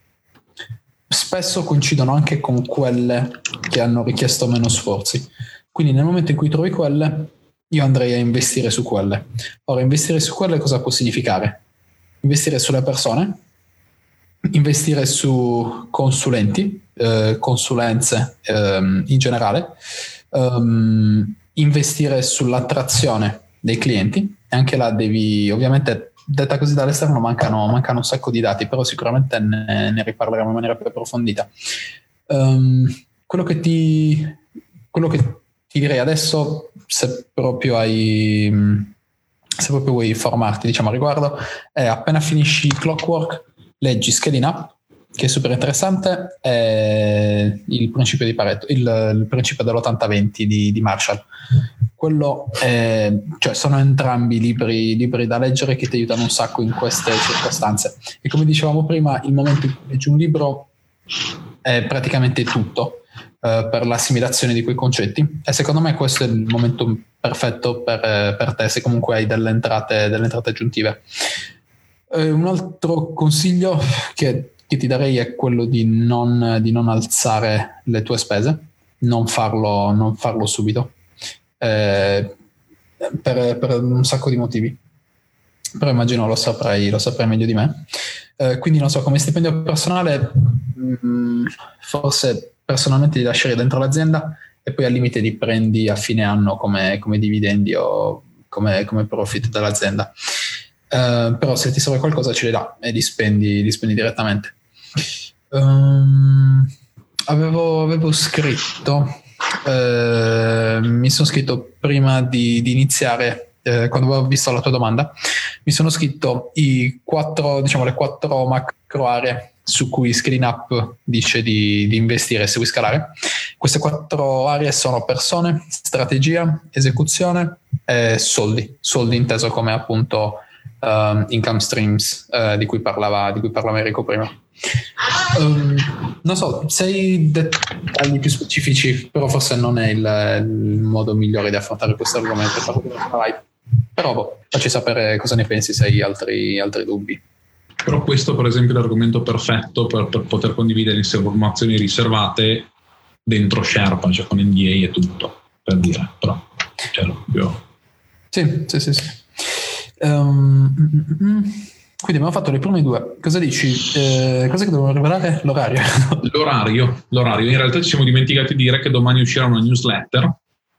Spesso coincidono anche con quelle che hanno richiesto meno sforzi. Quindi nel momento in cui trovi quelle, io andrei a investire su quelle. Ora, investire su quelle cosa può significare? Investire sulle persone, investire su consulenti, eh, consulenze eh, in generale, um, investire sull'attrazione dei clienti, e anche là devi, ovviamente, detta così dall'esterno mancano, mancano un sacco di dati, però sicuramente ne, ne riparleremo in maniera più approfondita. Um, quello che ti quello che ti direi adesso, se proprio hai se proprio vuoi formarti, diciamo, a riguardo, è appena finisci Clockwork, leggi Scaling Up, che è super interessante, è il principio di Pareto, il, il principio dell'ottanta venti di, di Marshall. Quello è, cioè sono entrambi libri, libri da leggere che ti aiutano un sacco in queste circostanze. E come dicevamo prima, il momento in cui leggi un libro è praticamente tutto uh, per l'assimilazione di quei concetti, e secondo me questo è il momento perfetto per, per te se comunque hai delle entrate, delle entrate aggiuntive. Uh, un altro consiglio che, che ti darei è quello di non, di non alzare le tue spese, non farlo, non farlo subito. Eh, per, per un sacco di motivi, però immagino lo saprai, lo saprai meglio di me. Eh, quindi non so, come stipendio personale mh, forse personalmente li lascerei dentro l'azienda e poi al limite li prendi a fine anno come, come dividendi o come, come profit dall'azienda. Eh, però se ti serve qualcosa ce li dà e li spendi, li spendi direttamente. Um, avevo, avevo scritto Uh, mi sono scritto prima di, di iniziare, uh, quando avevo visto la tua domanda, mi sono scritto i quattro, diciamo, le quattro macro aree su cui Scaling Up dice di, di investire se vuoi scalare. Queste quattro aree sono persone, strategia, esecuzione e soldi, soldi inteso come appunto uh, income streams uh, di cui parlava, di cui parlava Enrico prima. Um, non so, sei dettagli più specifici, però forse non è il, il modo migliore di affrontare questo argomento, però boh, facci sapere cosa ne pensi se hai altri, altri dubbi. Però questo per esempio è l'argomento perfetto per, per poter condividere informazioni riservate dentro Sherpa, cioè con N D A e tutto, per dire, però cioè, proprio... Sì, sì, sì, sì. Um, mm, mm. Quindi abbiamo fatto le prime due. Cosa dici? Eh, cosa che devo rivelare? L'orario. L'orario. L'orario. In realtà ci siamo dimenticati di dire che domani uscirà una newsletter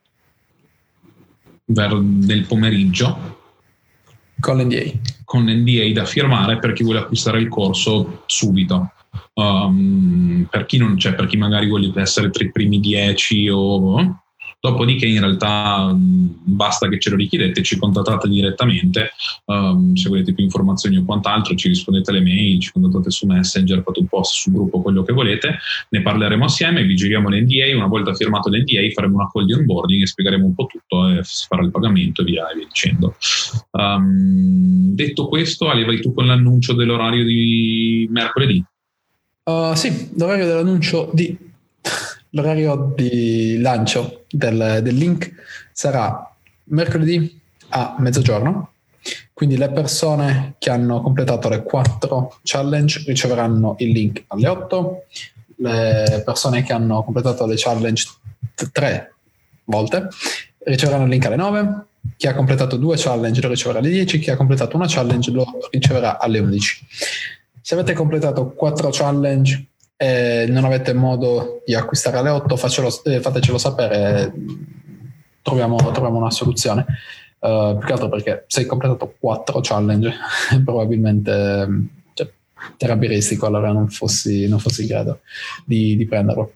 ver- nel pomeriggio con l'N D A. Con l'N D A da firmare per chi vuole acquistare il corso subito. Um, per chi non c'è, per chi magari vuole essere tra i primi dieci o... Dopodiché in realtà mh, basta che ce lo richiedete, ci contattate direttamente, um, se volete più informazioni o quant'altro ci rispondete alle mail, ci contattate su Messenger, fate un post sul gruppo, quello che volete, ne parleremo assieme, vi giriamo l'N D A, una volta firmato l'N D A faremo una call di onboarding e spiegheremo un po' tutto e si farà il pagamento e via, e via dicendo. Um, detto questo, Ale, vai tu con l'annuncio dell'orario di mercoledì? Uh, sì, l'orario dell'annuncio di... L'orario di lancio del, del link sarà mercoledì a mezzogiorno, quindi le persone che hanno completato le quattro challenge riceveranno il link alle otto, le persone che hanno completato le challenge tre volte riceveranno il link alle nove, chi ha completato due challenge lo riceverà alle dieci, chi ha completato una challenge lo riceverà alle undici. Se avete completato quattro challenge e non avete modo di acquistare alle otto, facelo, eh, fatecelo sapere, troviamo, troviamo una soluzione. Uh, più che altro perché se hai completato quattro challenge probabilmente cioè, ti arrabbieresti qualora non fossi, non fossi in grado di, di prenderlo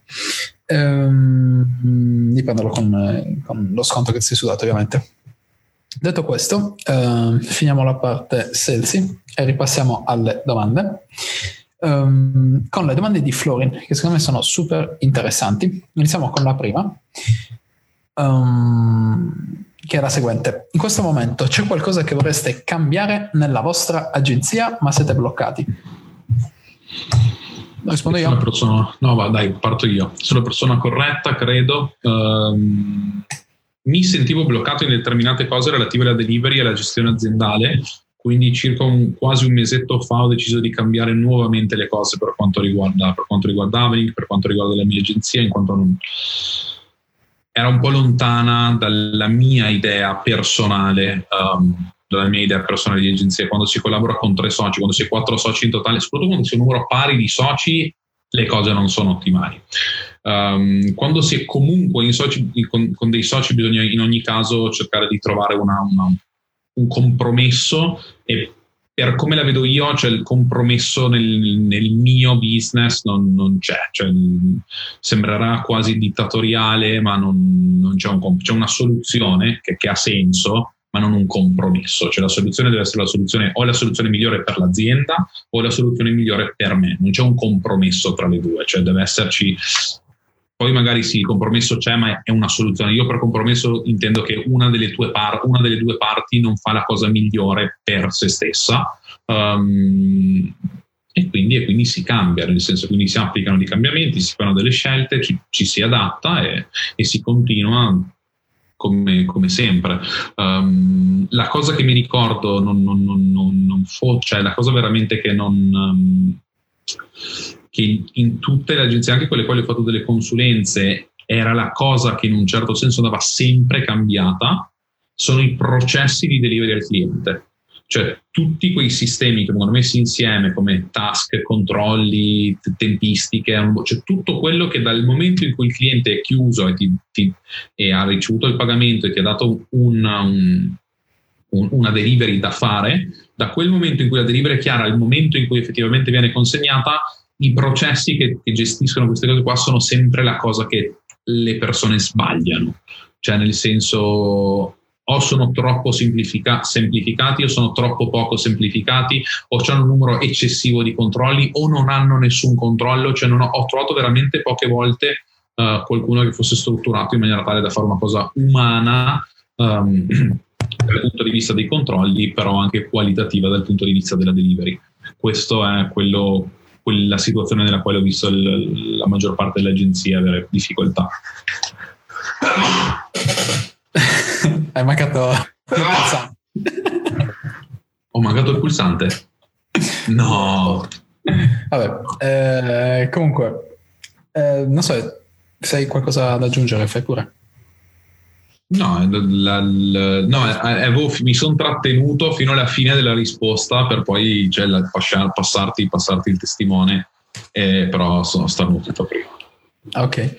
um, di prenderlo con, con lo sconto che ti sei sudato, ovviamente. Detto questo, uh, finiamo la parte Selsi e ripassiamo alle domande. Um, con le domande di Florin, che secondo me sono super interessanti. Iniziamo con la prima, um, che è la seguente: in questo momento c'è qualcosa che vorreste cambiare nella vostra agenzia ma siete bloccati? Rispondo io? Sono la persona, no va dai parto io sono la persona corretta, credo. Um, mi sentivo bloccato in determinate cose relative alla delivery e alla gestione aziendale. Quindi circa un, quasi un mesetto fa ho deciso di cambiare nuovamente le cose per quanto riguarda per quanto riguarda Avelink, per quanto riguarda la mia agenzia, in quanto non, era un po' lontana dalla mia idea personale, um, dalla mia idea personale di agenzia. Quando si collabora con tre soci, quando si è quattro soci in totale, soprattutto quando si è un numero pari di soci, le cose non sono ottimali. Um, quando si è comunque in soci, con, con dei soci bisogna in ogni caso cercare di trovare una, una un compromesso, e per come la vedo io, cioè il compromesso nel, nel mio business non, non c'è, cioè, sembrerà quasi dittatoriale, ma non, non c'è, un, c'è una soluzione che, che ha senso, ma non un compromesso. Cioè la soluzione deve essere la soluzione, o la soluzione migliore per l'azienda o la soluzione migliore per me, non c'è un compromesso tra le due, cioè deve esserci. Poi magari sì, il compromesso c'è, ma è una soluzione. Io per compromesso intendo che una delle, tue par- una delle due parti non fa la cosa migliore per se stessa, um, e, quindi, e quindi si cambia, nel senso, quindi si applicano dei cambiamenti, si fanno delle scelte, ci, ci si adatta e, e si continua come, come sempre. Um, la cosa che mi ricordo, non, non, non, non, non fo- cioè la cosa veramente che non... Um, che in tutte le agenzie, anche quelle quali ho fatto delle consulenze, era la cosa che in un certo senso andava sempre cambiata, sono i processi di delivery al cliente. Cioè tutti quei sistemi che vengono messi insieme come task, controlli, tempistiche, cioè tutto quello che dal momento in cui il cliente è chiuso e, ti, ti, e ha ricevuto il pagamento e ti ha dato una, un, un, una delivery da fare, da quel momento in cui la delivery è chiara al momento in cui effettivamente viene consegnata, i processi che, che gestiscono queste cose qua sono sempre la cosa che le persone sbagliano, cioè nel senso o sono troppo semplifica- semplificati o sono troppo poco semplificati, o c'è un numero eccessivo di controlli o non hanno nessun controllo. Cioè non ho, ho trovato veramente poche volte uh, qualcuno che fosse strutturato in maniera tale da fare una cosa umana um, dal punto di vista dei controlli, però anche qualitativa dal punto di vista della delivery. Questo è quello quella situazione nella quale ho visto il, la maggior parte delle agenzie avere difficoltà. Hai mancato il pulsante. Ho mancato il pulsante. No. Vabbè, eh, comunque, eh, non so, se hai qualcosa da aggiungere, fai pure. No, la, la, no avevo, mi sono trattenuto fino alla fine della risposta per poi cioè, la, passarti, passarti il testimone, eh, però sono starnutito prima. Ok,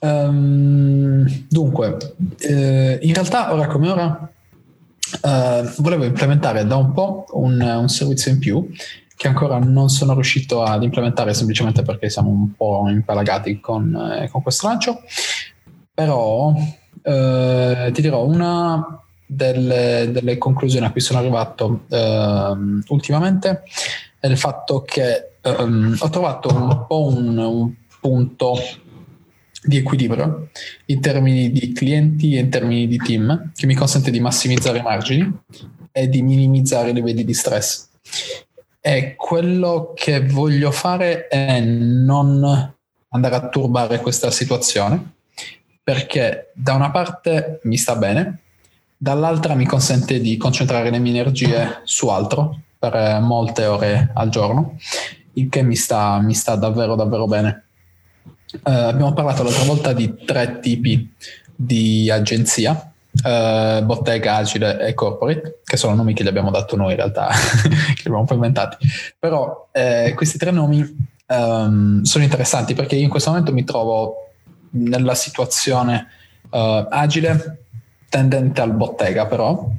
um, dunque, eh, in realtà ora come ora eh, volevo implementare da un po' un, un servizio in più che ancora non sono riuscito ad implementare semplicemente perché siamo un po' impalagati con, eh, con questo lancio, però eh, ti dirò una delle, delle conclusioni a cui sono arrivato eh, ultimamente è il fatto che ehm, ho trovato un po' un, un punto di equilibrio in termini di clienti e in termini di team che mi consente di massimizzare i margini e di minimizzare i livelli di stress. E quello che voglio fare è non andare a turbare questa situazione, perché da una parte mi sta bene, dall'altra mi consente di concentrare le mie energie su altro per molte ore al giorno, il che mi sta, mi sta davvero davvero bene. Uh, abbiamo parlato l'altra volta di tre tipi di agenzia, uh, bottega, agile e corporate, che sono nomi che gli abbiamo dato noi in realtà, che li abbiamo poi inventati, però eh, questi tre nomi um, sono interessanti perché io in questo momento mi trovo nella situazione uh, agile tendente al bottega, però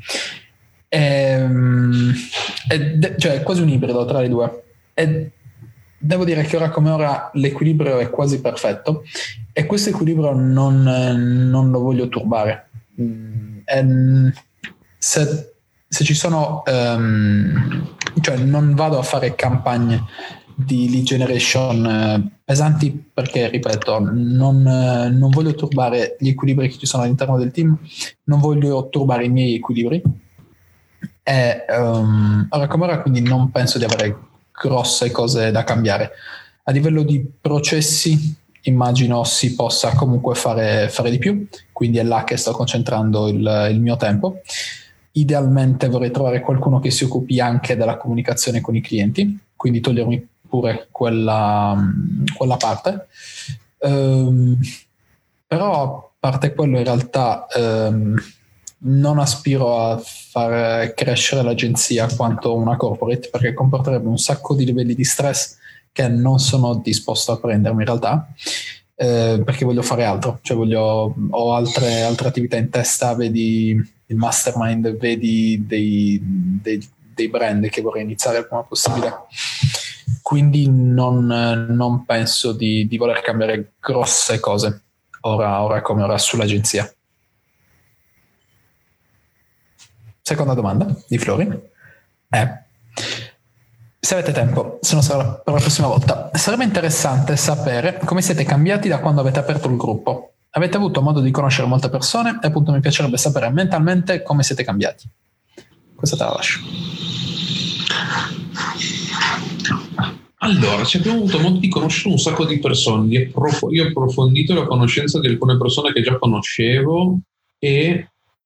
e, e de- cioè è quasi un ibrido tra le due, e devo dire che ora come ora l'equilibrio è quasi perfetto e questo equilibrio non, non lo voglio turbare. E se, se ci sono um, cioè non vado a fare campagne di lead generation eh, pesanti perché, ripeto, non, eh, non voglio turbare gli equilibri che ci sono all'interno del team, non voglio turbare i miei equilibri e um, ora come ora quindi non penso di avere grosse cose da cambiare. A livello di processi immagino si possa comunque fare, fare di più, quindi è là che sto concentrando il, il mio tempo. Idealmente vorrei trovare qualcuno che si occupi anche della comunicazione con i clienti, quindi togliermi pure quella, quella parte. Um, però a parte quello in realtà um, non aspiro a far crescere l'agenzia quanto una corporate, perché comporterebbe un sacco di livelli di stress che non sono disposto a prendermi in realtà, eh, perché voglio fare altro, cioè voglio, ho altre, altre attività in testa, vedi il mastermind, vedi dei, dei, dei brand che vorrei iniziare il prima possibile, quindi non, non penso di, di voler cambiare grosse cose ora, ora come ora sull'agenzia. Seconda domanda di Flori è: se avete tempo, se non sarà per la prossima volta, sarebbe interessante sapere come siete cambiati da quando avete aperto il gruppo. Avete avuto modo di conoscere molte persone e appunto mi piacerebbe sapere mentalmente come siete cambiati. Questa te la lascio. Allora, ci abbiamo avuto modo di conoscere un sacco di persone. Io ho approfondito la conoscenza di alcune persone che già conoscevo e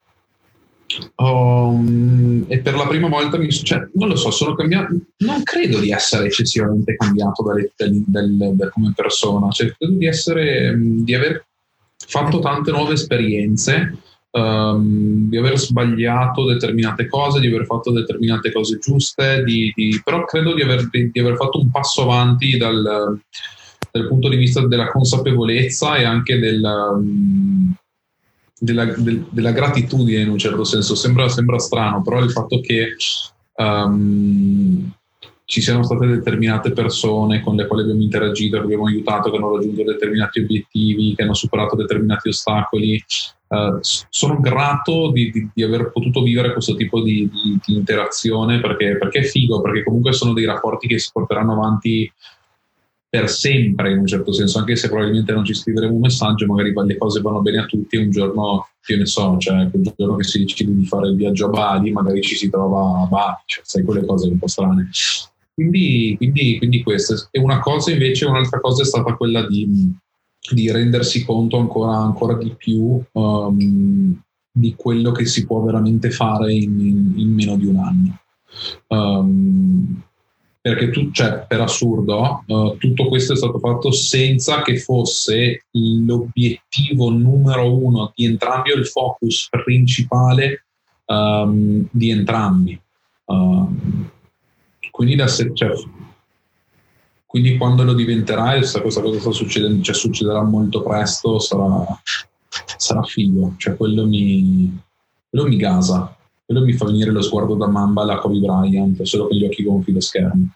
Um, e per la prima volta mi, cioè, non lo so, sono cambiato. Non credo di essere eccessivamente cambiato dalle, del, del, del, come persona, cioè, credo di essere di aver fatto tante nuove esperienze, um, di aver sbagliato determinate cose, di aver fatto determinate cose giuste, di, di, però credo di aver, di, di aver fatto un passo avanti dal, dal punto di vista della consapevolezza e anche del um, Della, del, della gratitudine in un certo senso. Sembra, sembra strano, però il fatto che um, ci siano state determinate persone con le quali abbiamo interagito, che abbiamo aiutato, che hanno raggiunto determinati obiettivi, che hanno superato determinati ostacoli, uh, sono grato di, di, di aver potuto vivere questo tipo di, di, di interazione, perché, perché è figo, perché comunque sono dei rapporti che si porteranno avanti per sempre in un certo senso, anche se probabilmente non ci scriveremo un messaggio, magari le cose vanno bene a tutti e un giorno, io ne so, cioè quel giorno che si decide di fare il viaggio a Bali, magari ci si trova a Bali, cioè, sai, quelle cose un po' strane. Quindi, quindi, quindi questa è una cosa. Invece un'altra cosa è stata quella di, di rendersi conto ancora, ancora di più um, di quello che si può veramente fare in, in, in meno di un anno. Um, perché tu, cioè, per assurdo, uh, tutto questo è stato fatto senza che fosse l'obiettivo numero uno di entrambi o il focus principale um, di entrambi. Um, quindi, da se, cioè, quindi quando lo diventerà, questa cosa sta succedendo, cioè succederà molto presto, sarà, sarà figo, cioè quello mi, quello mi gasa. Quello mi fa venire lo sguardo da Mamba alla Kobe Bryant, solo con gli occhi gonfi da schermo.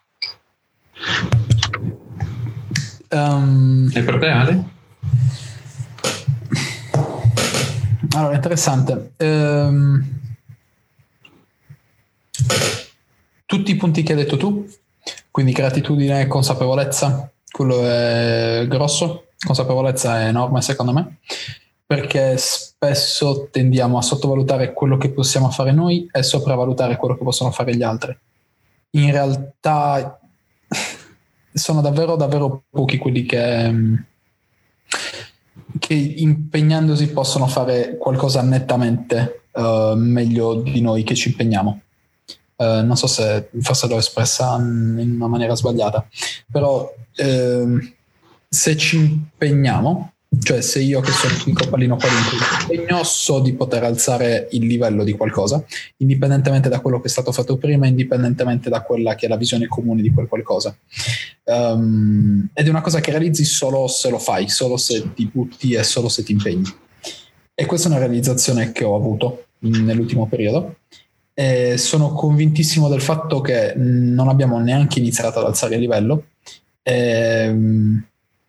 Um, e per te, Ale? Allora, interessante. Um, tutti i punti che hai detto tu, quindi gratitudine e consapevolezza, quello è grosso, consapevolezza è enorme secondo me, perché spesso tendiamo a sottovalutare quello che possiamo fare noi e sopravvalutare quello che possono fare gli altri. In realtà sono davvero davvero pochi quelli che, che impegnandosi possono fare qualcosa nettamente uh, meglio di noi che ci impegniamo. Uh, non so se forse l'ho espressa in una maniera sbagliata, però uh, se ci impegniamo, cioè se io che sono un coppalino qualunque impegno, so di poter alzare il livello di qualcosa, indipendentemente da quello che è stato fatto prima, indipendentemente da quella che è la visione comune di quel qualcosa. Um, ed è una cosa che realizzi solo se lo fai, solo se ti butti e solo se ti impegni. E questa è una realizzazione che ho avuto nell'ultimo periodo. E sono convintissimo del fatto che non abbiamo neanche iniziato ad alzare il livello. E,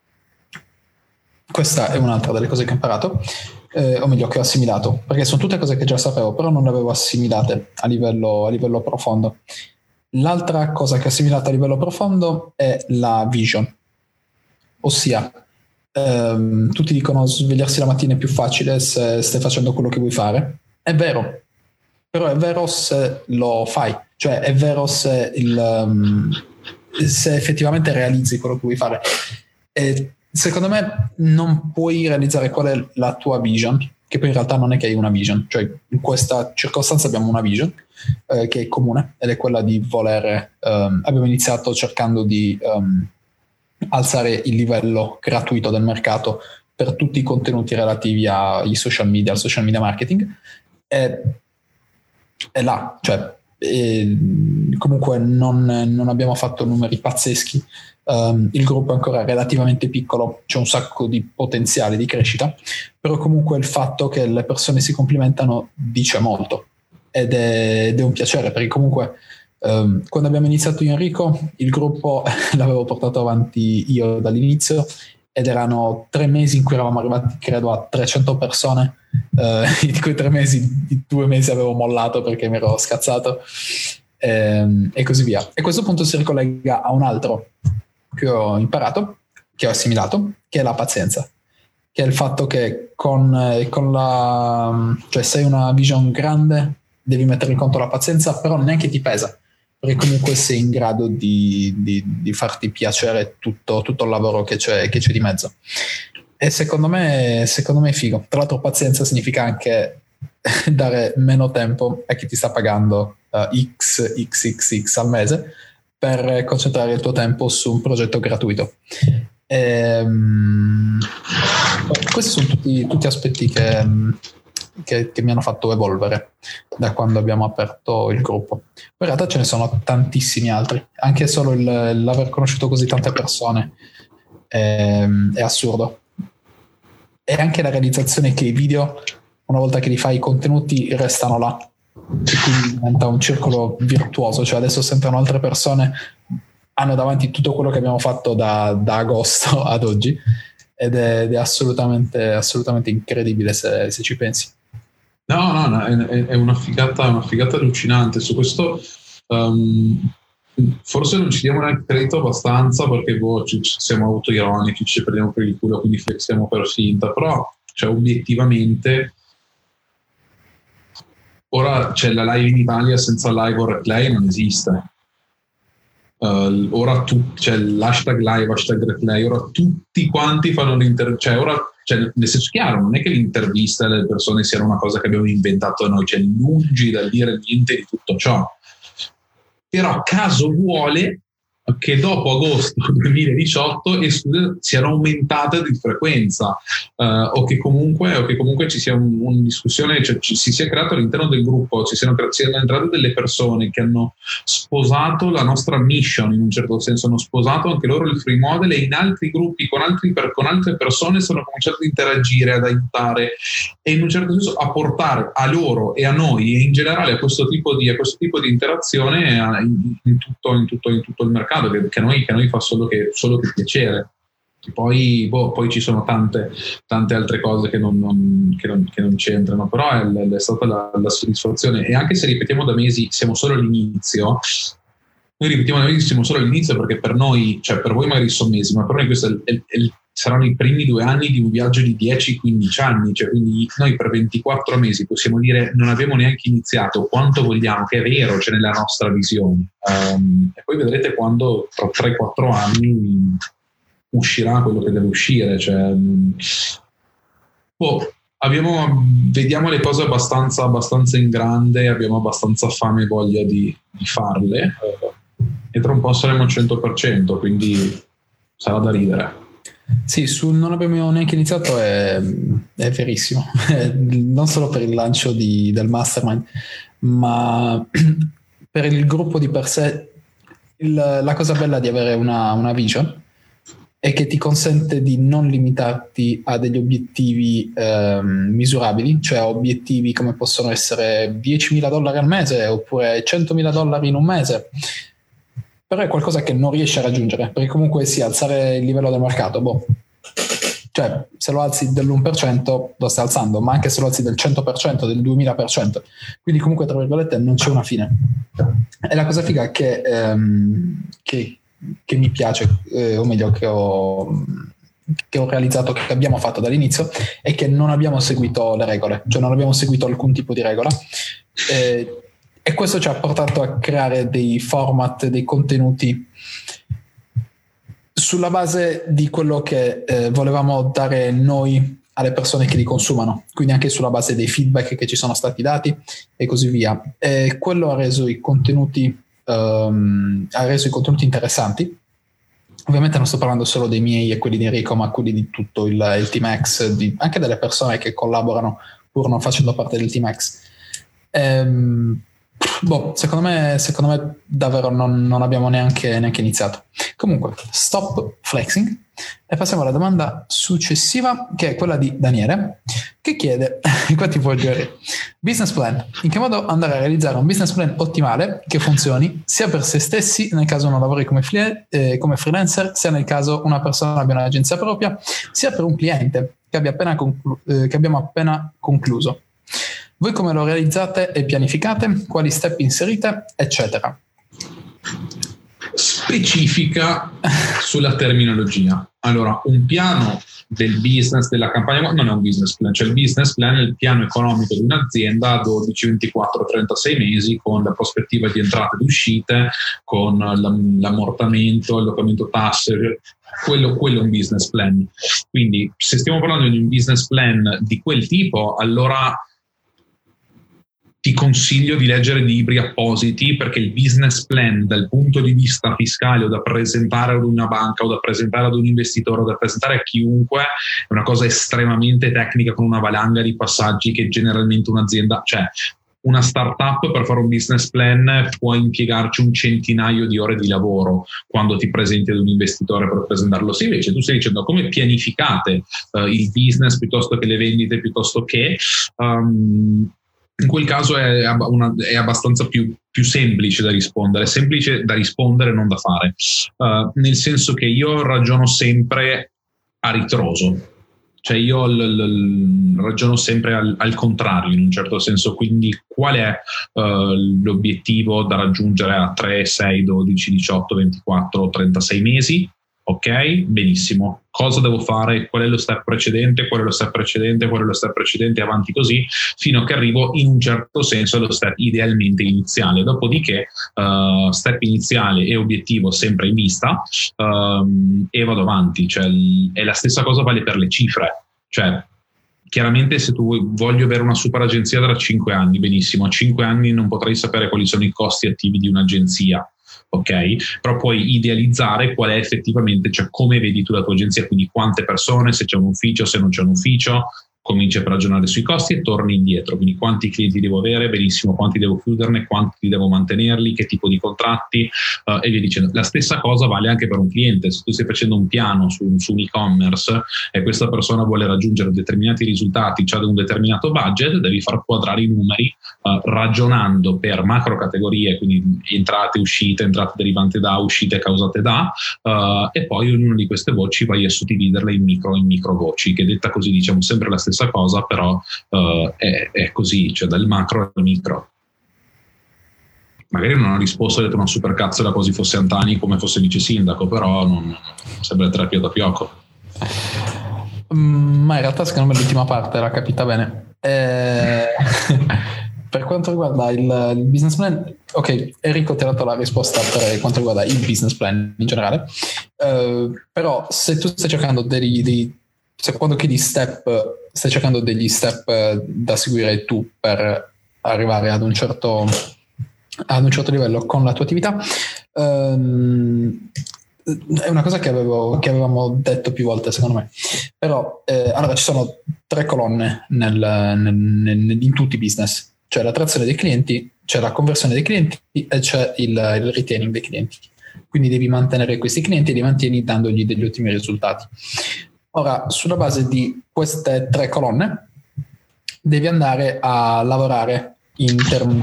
questa è un'altra delle cose che ho imparato, eh, o meglio che ho assimilato, perché sono tutte cose che già sapevo, però non le avevo assimilate a livello, a livello profondo. L'altra cosa che ho assimilato a livello profondo è la vision, ossia ehm, tutti dicono svegliarsi la mattina è più facile se stai facendo quello che vuoi fare. È vero, però è vero se lo fai, cioè è vero se, il, um, se effettivamente realizzi quello che vuoi fare. E secondo me non puoi realizzare qual è la tua vision, che poi in realtà non è che hai una vision, cioè in questa circostanza abbiamo una vision eh, che è comune ed è quella di voler, um, abbiamo iniziato cercando di um, alzare il livello gratuito del mercato per tutti i contenuti relativi ai social media, al social media marketing, e, e là, cioè e comunque non, non abbiamo fatto numeri pazzeschi. Um, il gruppo è ancora relativamente piccolo, c'è un sacco di potenziale di crescita, però comunque il fatto che le persone si complimentano dice molto ed è, ed è un piacere, perché comunque um, quando abbiamo iniziato io e Enrico il gruppo l'avevo portato avanti io dall'inizio ed erano tre mesi in cui eravamo arrivati credo a trecento persone, uh, in quei tre mesi, di due mesi avevo mollato perché mi ero scazzato e, e così via. E questo punto si ricollega a un altro che ho imparato, che ho assimilato, che è la pazienza, che è il fatto che con, con la, cioè se hai una vision grande devi mettere in conto la pazienza, però neanche ti pesa, perché comunque sei in grado di, di, di farti piacere tutto, tutto il lavoro che c'è, che c'è di mezzo. E secondo me, secondo me è figo. Tra l'altro pazienza significa anche dare meno tempo a chi ti sta pagando uh, X, X X X al mese, per concentrare il tuo tempo su un progetto gratuito. E, um, questi sono tutti, tutti aspetti che, che, che mi hanno fatto evolvere da quando abbiamo aperto il gruppo. In realtà ce ne sono tantissimi altri, anche solo il, l'aver conosciuto così tante persone è, è assurdo. E anche la realizzazione che i video, una volta che li fai, i contenuti restano là. Quindi diventa un circolo virtuoso, cioè adesso sentono altre persone, hanno davanti tutto quello che abbiamo fatto da, da agosto ad oggi ed è, ed è assolutamente, assolutamente incredibile se, se ci pensi. No, no, no è, è una figata, una figata allucinante. Su questo um, forse non ci diamo neanche credito abbastanza, perché boh, ci, ci siamo autoironici, ci prendiamo per il culo, quindi flexiamo per finta, però cioè, obiettivamente ora c'è la live in Italia, senza live o replay non esiste. Uh, ora tu, c'è l'hashtag live, hashtag replay, ora tutti quanti fanno l'intervista, cioè ora, cioè, nel senso chiaro, non è che l'intervista delle persone siano una cosa che abbiamo inventato noi, cioè lungi dal dire niente di tutto ciò. Però caso vuole che dopo agosto duemiladiciotto esclude, siano aumentate di frequenza uh, o, che comunque, o che comunque ci sia un, una discussione, cioè ci, si sia creato all'interno del gruppo, ci siano, siano entrate delle persone che hanno sposato la nostra mission, in un certo senso hanno sposato anche loro il free model, e in altri gruppi con, altri per, con altre persone sono cominciato ad interagire, ad aiutare e in un certo senso a portare a loro e a noi e in generale a questo tipo di, a questo tipo di interazione in, in, tutto, in, tutto, in tutto il mercato, che, che, noi, che noi fa solo che, solo che piacere. Poi, boh, poi ci sono tante, tante altre cose che non, non, che non, che non c'entrano, però è, è stata la, la soddisfazione. E anche se ripetiamo da mesi, siamo solo all'inizio. Noi ripetiamo da mesi, siamo solo all'inizio, perché per noi, cioè per voi magari sono mesi, ma per noi questo è il, è il, saranno i primi due anni di un viaggio di dieci quindici anni, cioè quindi noi per ventiquattro mesi possiamo dire non abbiamo neanche iniziato quanto vogliamo, che è vero, c'è nella nostra visione, um, e poi vedrete quando tra tre quattro anni uscirà quello che deve uscire, cioè boh, abbiamo, vediamo le cose abbastanza, abbastanza in grande, abbiamo abbastanza fame e voglia di, di farle, uh, e tra un po' saremo al cento per cento, quindi sarà da ridere. Sì, sul non abbiamo neanche iniziato è, è verissimo, non solo per il lancio di, del Mastermind, ma per il gruppo di per sé. Il, la cosa bella di avere una, una vision è che ti consente di non limitarti a degli obiettivi ehm, misurabili, cioè obiettivi come possono essere diecimila dollari al mese oppure centomila dollari in un mese. Però è qualcosa che non riesci a raggiungere, perché comunque sì, alzare il livello del mercato, boh. Cioè, se lo alzi dell'uno per cento lo stai alzando, ma anche se lo alzi del cento per cento, del duemila per cento. Quindi comunque, tra virgolette, non c'è una fine. E la cosa figa che, ehm, che, che mi piace, eh, o meglio, che ho, che ho realizzato, che abbiamo fatto dall'inizio, è che non abbiamo seguito le regole, cioè non abbiamo seguito alcun tipo di regola. Eh, E questo ci ha portato a creare dei format, dei contenuti sulla base di quello che eh, volevamo dare noi alle persone che li consumano, quindi anche sulla base dei feedback che ci sono stati dati e così via. E quello ha reso i contenuti, um, ha reso i contenuti interessanti. Ovviamente non sto parlando solo dei miei e quelli di Enrico, ma quelli di tutto il, il Team X, di, anche delle persone che collaborano pur non facendo parte del Team X. Ehm, Boh, secondo me, secondo me davvero non, non abbiamo neanche, neanche iniziato. Comunque, stop flexing e passiamo alla domanda successiva, che è quella di Daniele, che chiede, qua ti può dire, business plan, in che modo andare a realizzare un business plan ottimale che funzioni sia per se stessi nel caso uno lavori come, fle- eh, come freelancer, sia nel caso una persona abbia un'agenzia propria, sia per un cliente che, abbia appena conclu- eh, che abbiamo appena concluso. Voi come lo realizzate e pianificate? Quali step inserite? Eccetera. Specifica sulla terminologia. Allora, un piano del business, della campagna, non è un business plan, cioè il business plan è il piano economico di un'azienda a dodici, ventiquattro, trentasei mesi, con la prospettiva di entrate ed uscite, con l'ammortamento, il allocamento tasse. Quello, quello è un business plan. Quindi, se stiamo parlando di un business plan di quel tipo, allora ti consiglio di leggere libri appositi, perché il business plan dal punto di vista fiscale o da presentare ad una banca o da presentare ad un investitore o da presentare a chiunque è una cosa estremamente tecnica, con una valanga di passaggi che generalmente un'azienda, cioè una startup per fare un business plan può impiegarci un centinaio di ore di lavoro quando ti presenti ad un investitore per presentarlo. Se invece tu stai dicendo come pianificate uh, il business piuttosto che le vendite, piuttosto che um, in quel caso è, una, è abbastanza più, più semplice da rispondere, semplice da rispondere, non da fare, uh, nel senso che io ragiono sempre a ritroso, cioè io l, l, ragiono sempre al, al contrario in un certo senso, quindi qual è uh, l'obiettivo da raggiungere a tre, sei, dodici, diciotto, ventiquattro, trentasei mesi? Ok, benissimo. Cosa devo fare? Qual è lo step precedente? Qual è lo step precedente? Qual è lo step precedente? Avanti così, fino a che arrivo in un certo senso allo step idealmente iniziale. Dopodiché, uh, step iniziale e obiettivo sempre in vista, um, e vado avanti. Cioè, è la stessa cosa vale per le cifre. Cioè, chiaramente se tu voglio avere una super agenzia tra cinque anni, benissimo. A cinque anni non potrei sapere quali sono i costi attivi di un'agenzia. ok? Però puoi idealizzare qual è effettivamente, cioè come vedi tu la tua agenzia, quindi quante persone, se c'è un ufficio, se non c'è un ufficio, cominci a ragionare sui costi e torni indietro, quindi quanti clienti devo avere, benissimo, quanti devo chiuderne, quanti devo mantenerli, che tipo di contratti, uh, e via dicendo. La stessa cosa vale anche per un cliente. Se tu stai facendo un piano su, su un e-commerce e questa persona vuole raggiungere determinati risultati, cioè un determinato budget, devi far quadrare i numeri uh, ragionando per macro categorie, quindi entrate, uscite, entrate derivanti da, uscite causate da, uh, e poi ognuna di queste voci vai a suddividerle in micro, in micro voci, che detta così diciamo sempre la stessa cosa, però uh, è, è così, cioè dal macro al micro. Magari non ho risposto, ho detto una super cazzola quasi fosse Antani, come fosse vice sindaco, però non, non sembra terapia da pioco. Mm, ma in realtà secondo me l'ultima parte l'ha capita bene. Eh, per quanto riguarda il, il business plan, ok, Enrico ti ha dato la risposta per quanto riguarda il business plan in generale, uh, però se tu stai cercando degli, dei Se quando chiedi step, stai cercando degli step da seguire tu per arrivare ad un certo, ad un certo livello con la tua attività, um, è una cosa che, avevo, che avevamo detto più volte secondo me. Però eh, allora ci sono tre colonne nel, nel, nel, in tutti i business. C'è l'attrazione dei clienti, c'è la conversione dei clienti e c'è il, il retaining dei clienti. Quindi devi mantenere questi clienti e li mantieni dandogli degli ottimi risultati. Ora, sulla base di queste tre colonne, devi andare a lavorare in termini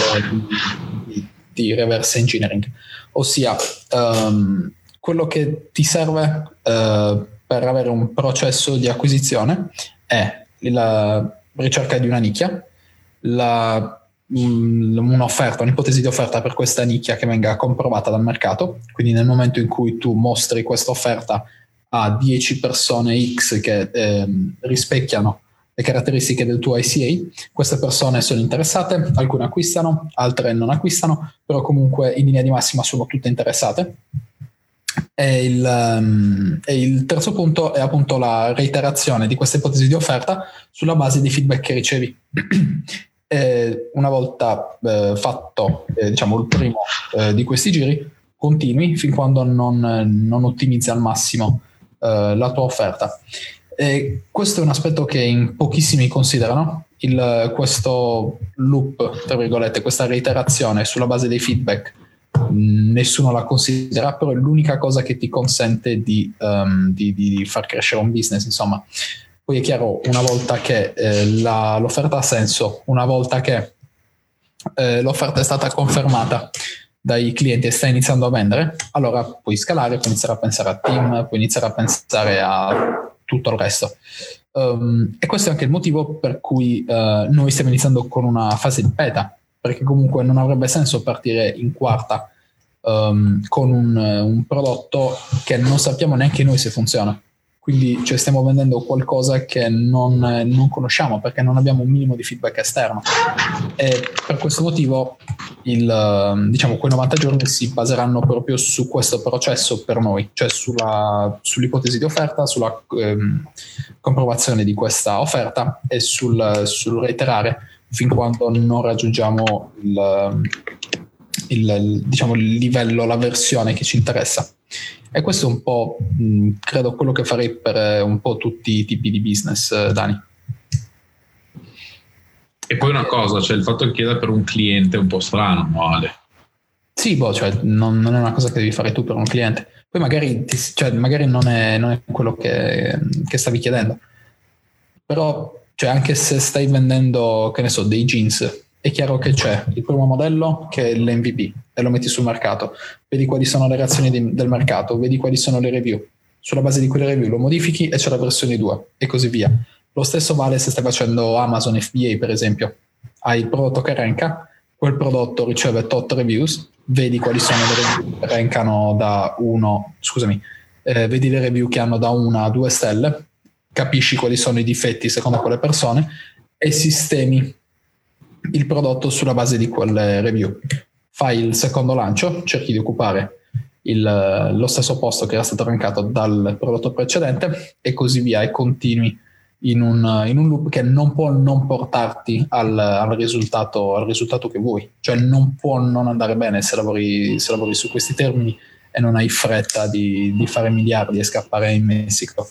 di, di reverse engineering, ossia um, quello che ti serve uh, per avere un processo di acquisizione è la ricerca di una nicchia, la, um, un'offerta, un'ipotesi di offerta per questa nicchia che venga comprovata dal mercato. Quindi nel momento in cui tu mostri questa offerta a dieci persone X che eh, rispecchiano le caratteristiche del tuo I C A, queste persone sono interessate, alcune acquistano, altre non acquistano, però comunque in linea di massima sono tutte interessate. E il, um, e il terzo punto è appunto la reiterazione di questa ipotesi di offerta sulla base dei feedback che ricevi. E una volta eh, fatto eh, diciamo il primo eh, di questi giri, continui fin quando non, non ottimizzi al massimo Uh, la tua offerta. E questo è un aspetto che in pochissimi considerano, il, questo loop, tra virgolette, questa reiterazione sulla base dei feedback. Nessuno la considera, però è l'unica cosa che ti consente di, um, di, di far crescere un business, insomma. Poi è chiaro, una volta che eh, la, l'offerta ha senso, una volta che eh, l'offerta è stata confermata dai clienti e stai iniziando a vendere, allora puoi scalare, puoi iniziare a pensare a team, puoi iniziare a pensare a tutto il resto. Um, e questo è anche il motivo per cui uh, noi stiamo iniziando con una fase di beta, perché comunque non avrebbe senso partire in quarta um, con un, un prodotto che non sappiamo neanche noi se funziona. Quindi cioè, stiamo vendendo qualcosa che non, non conosciamo, perché non abbiamo un minimo di feedback esterno. E per questo motivo il, diciamo, quei novanta giorni si baseranno proprio su questo processo per noi, cioè sulla, sull'ipotesi di offerta, sulla ehm, comprovazione di questa offerta e sul, sul reiterare fin quando non raggiungiamo il, il, il, diciamo, il livello, la versione che ci interessa. E questo è un po', mh, credo, quello che farei per un po' tutti i tipi di business, Dani. E poi una cosa, cioè il fatto che chieda per un cliente è un po' strano, no Ale? Sì, boh, cioè non, non è una cosa che devi fare tu per un cliente. Poi magari, ti, cioè, magari non, è, non è quello che, che stavi chiedendo. Però, cioè, anche se stai vendendo, che ne so, dei jeans, è chiaro che c'è il primo modello che è l'M V P e lo metti sul mercato, vedi quali sono le reazioni di, del mercato, vedi quali sono le review, sulla base di quelle review lo modifichi e c'è la versione due e così via. Lo stesso vale se stai facendo Amazon F B A, per esempio. Hai il prodotto che ranka, quel prodotto riceve tot reviews, vedi quali sono le review che rankano da uno, scusami, eh, vedi le review che hanno da una a due stelle, capisci quali sono i difetti secondo quelle persone e sistemi il prodotto sulla base di quelle review. Fai il secondo lancio, cerchi di occupare il, lo stesso posto che era stato rankato dal prodotto precedente e così via, e continui in un, in un loop che non può non portarti al, al, risultato, al risultato che vuoi, cioè non può non andare bene se lavori, se lavori su questi termini e non hai fretta di, di fare miliardi e scappare in Messico.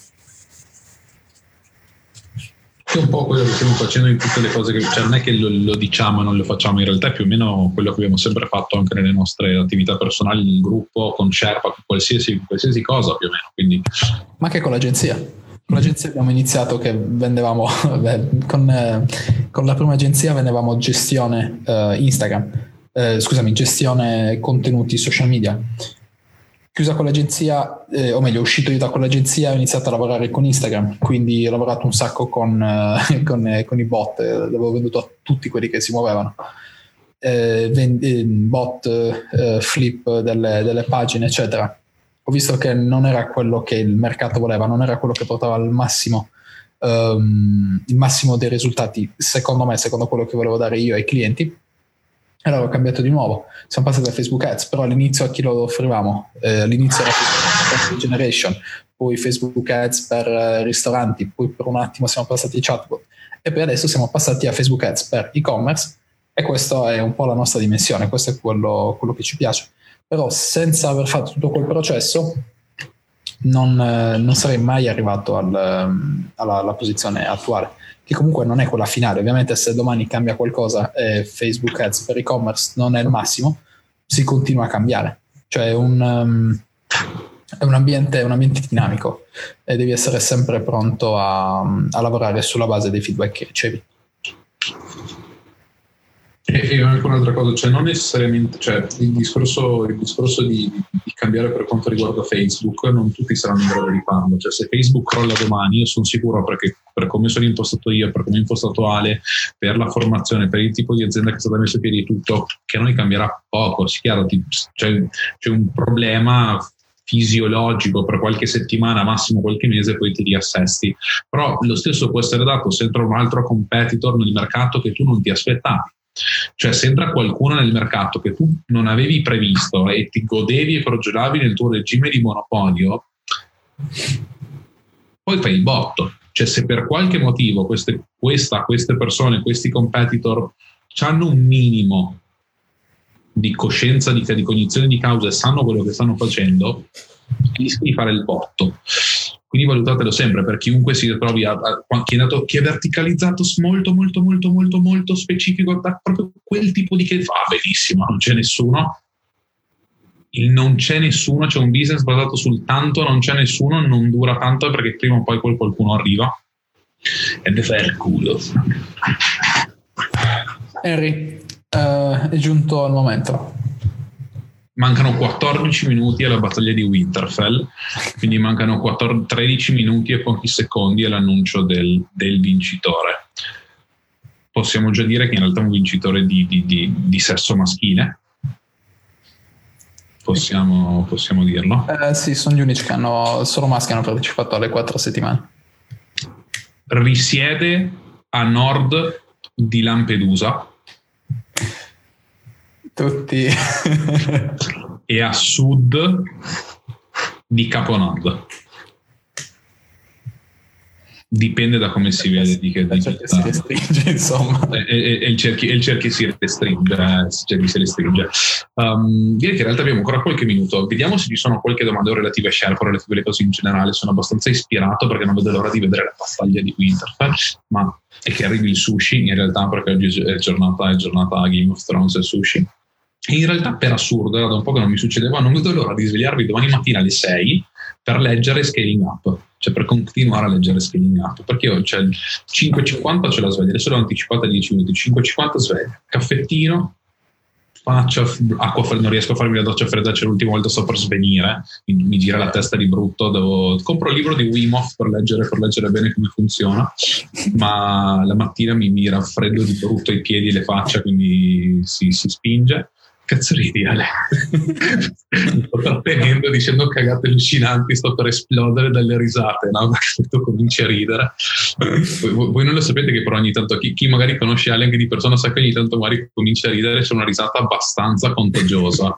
È un po' quello che stiamo facendo in tutte le cose che, cioè non è che lo, lo diciamo e non lo facciamo, in realtà è più o meno quello che abbiamo sempre fatto anche nelle nostre attività personali, nel gruppo, con Sherpa, con qualsiasi, qualsiasi cosa più o meno. Quindi. Ma anche con l'agenzia. Con l'agenzia abbiamo iniziato che vendevamo, beh, con, eh, con la prima agenzia vendevamo gestione eh, Instagram, eh, scusami, gestione contenuti social media. Chiusa con l'agenzia, eh, o meglio, uscito io da quell'agenzia, ho iniziato a lavorare con Instagram, quindi ho lavorato un sacco con, eh, con, eh, con i bot, eh, l'avevo venduto a tutti quelli che si muovevano, eh, vend- bot, eh, flip delle, delle pagine, eccetera. Ho visto che non era quello che il mercato voleva, non era quello che portava al massimo, um, il massimo dei risultati, secondo me, secondo quello che volevo dare io ai clienti. Allora ho cambiato di nuovo, siamo passati da Facebook Ads, però all'inizio a chi lo offrivamo? Eh, all'inizio era Facebook Ads Generation, poi Facebook Ads per eh, ristoranti, poi per un attimo siamo passati ai chatbot e poi adesso siamo passati a Facebook Ads per e-commerce, e questa è un po' la nostra dimensione, questo è quello, quello che ci piace. Però senza aver fatto tutto quel processo non, eh, non sarei mai arrivato al, alla, alla posizione attuale, che comunque non è quella finale. Ovviamente se domani cambia qualcosa e Facebook Ads per e-commerce non è il massimo, si continua a cambiare. Cioè è un, um, è un, ambiente, è un ambiente dinamico e devi essere sempre pronto a, a lavorare sulla base dei feedback che ricevi. E anche un'altra cosa, cioè non necessariamente, cioè il discorso, il discorso di, di cambiare per quanto riguarda Facebook, non tutti saranno in grado di farlo. Cioè se Facebook crolla domani, io sono sicuro, perché per come sono impostato io, per come è impostato Ale, per la formazione, per il tipo di azienda che è stata messa a piedi, tutto, che a noi cambierà poco. Sì, chiaro, cioè, c'è un problema fisiologico per qualche settimana, massimo qualche mese, poi ti riassesti. Però lo stesso può essere dato se entra un altro competitor nel mercato che tu non ti aspettavi. Cioè se entra qualcuno nel mercato che tu non avevi previsto e ti godevi e progionavi nel tuo regime di monopolio, poi fai il botto. Cioè se per qualche motivo queste, questa, queste persone, questi competitor hanno un minimo di coscienza, di, di cognizione di causa e sanno quello che stanno facendo, rischi di fare il botto. Quindi valutatelo sempre per chiunque si ritrovi a, a chi, è andato, chi è verticalizzato molto molto molto molto molto specifico da proprio quel tipo di che fa benissimo, non c'è nessuno, il non c'è nessuno, c'è un business basato sul tanto, non c'è nessuno, non dura tanto perché prima o poi quel qualcuno arriva e ne fa il culo. Henry, uh, è giunto il momento. Mancano quattordici minuti alla battaglia di Winterfell, quindi mancano quattordici, tredici minuti e pochi secondi all'annuncio del, del vincitore. Possiamo già dire che in realtà è un vincitore di, di, di, di sesso maschile. Possiamo, possiamo dirlo? Eh, sì, sono gli unici che hanno, solo maschi hanno partecipato alle quattro settimane. Risiede a nord di Lampedusa. Tutti. E a sud di Caponord. Dipende da come si vede di che si restringe, insomma. E, e, e il cerchio, il cerchio si restringe, eh, il cerchio si restringe. Um, direi che in realtà abbiamo ancora qualche minuto. Vediamo se ci sono qualche domanda relative a Sherpa, relative alle cose in generale. Sono abbastanza ispirato perché non vedo l'ora di vedere la battaglia di Winterfell, ma è che arrivi il sushi in realtà, perché oggi è giornata, è giornata Game of Thrones e sushi. E in realtà per assurdo, era da un po' che non mi succedeva, non vedo l'ora di svegliarvi domani mattina alle sei per leggere Scaling Up, cioè per continuare a leggere Scaling Up, perché io cioè, cinque e cinquanta ce la sveglia, adesso l'ho anticipata dieci minuti, cinque e cinquanta sveglia, caffettino, faccia acqua fredda, non riesco a farmi la doccia fredda, c'è l'ultima volta sto per svenire, mi, mi gira la testa di brutto, devo, compro il libro di Wim Hof per leggere, per leggere bene come funziona, ma la mattina mi, mi raffreddo di brutto i piedi e le facce, quindi si, si spinge. Cazzo ridi, Ale? Mi sto trattenendo dicendo cagate allucinanti, sto per esplodere dalle risate, no? Perché tu cominci a ridere. Voi, voi non lo sapete che però ogni tanto chi, chi magari conosce Ale anche di persona sa che ogni tanto magari comincia a ridere, c'è una risata abbastanza contagiosa.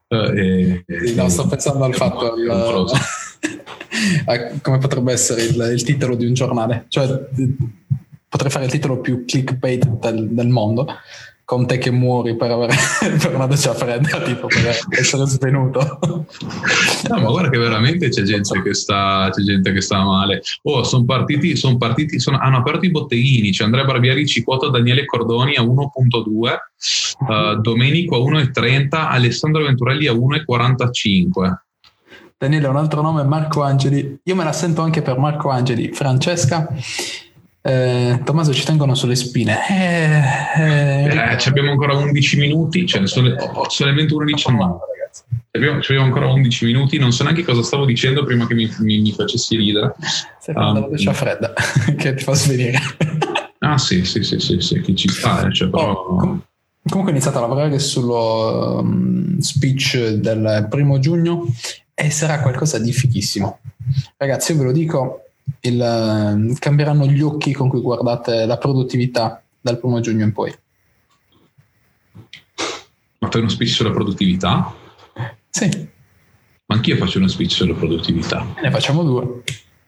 Eh, e, no, sto pensando al fatto al, a come potrebbe essere il, il titolo di un giornale, cioè potrei fare il titolo più clickbait del, del mondo, con te che muori per avere per una doccia fredda, tipo per essere svenuto. No, ma guarda che veramente c'è gente che sta, c'è gente che sta male. Oh, sono partiti, sono partiti, sono, hanno aperto i botteghini. C'è Andrea Barbieri ci quota Daniele Cordoni a uno virgola due, uh, Domenico a uno virgola trenta, Alessandro Venturelli a uno virgola quarantacinque. Daniele, un altro nome è Marco Angeli. Io me la sento anche per Marco Angeli. Francesca. Eh, Tommaso, ci tengono sulle spine. Eh, eh, eh, abbiamo ancora undici minuti, cioè sono, sono le ventuno e diciannove. Abbiamo, abbiamo ancora undici minuti, non so neanche cosa stavo dicendo prima che mi, mi, mi facessi ridere. Stai facendo la doccia fredda che ti fa svenire. Ah sì, sì, sì, sì, sì, che ci sta. Cioè, però... oh, com- comunque ho iniziato a lavorare sullo um, speech del primo giugno e sarà qualcosa di fighissimo. Ragazzi, io ve lo dico, il, cambieranno gli occhi con cui guardate la produttività dal primo giugno in poi. Ma fai uno speech sulla produttività? Sì. Ma anch'io faccio uno speech sulla produttività. Ne facciamo due.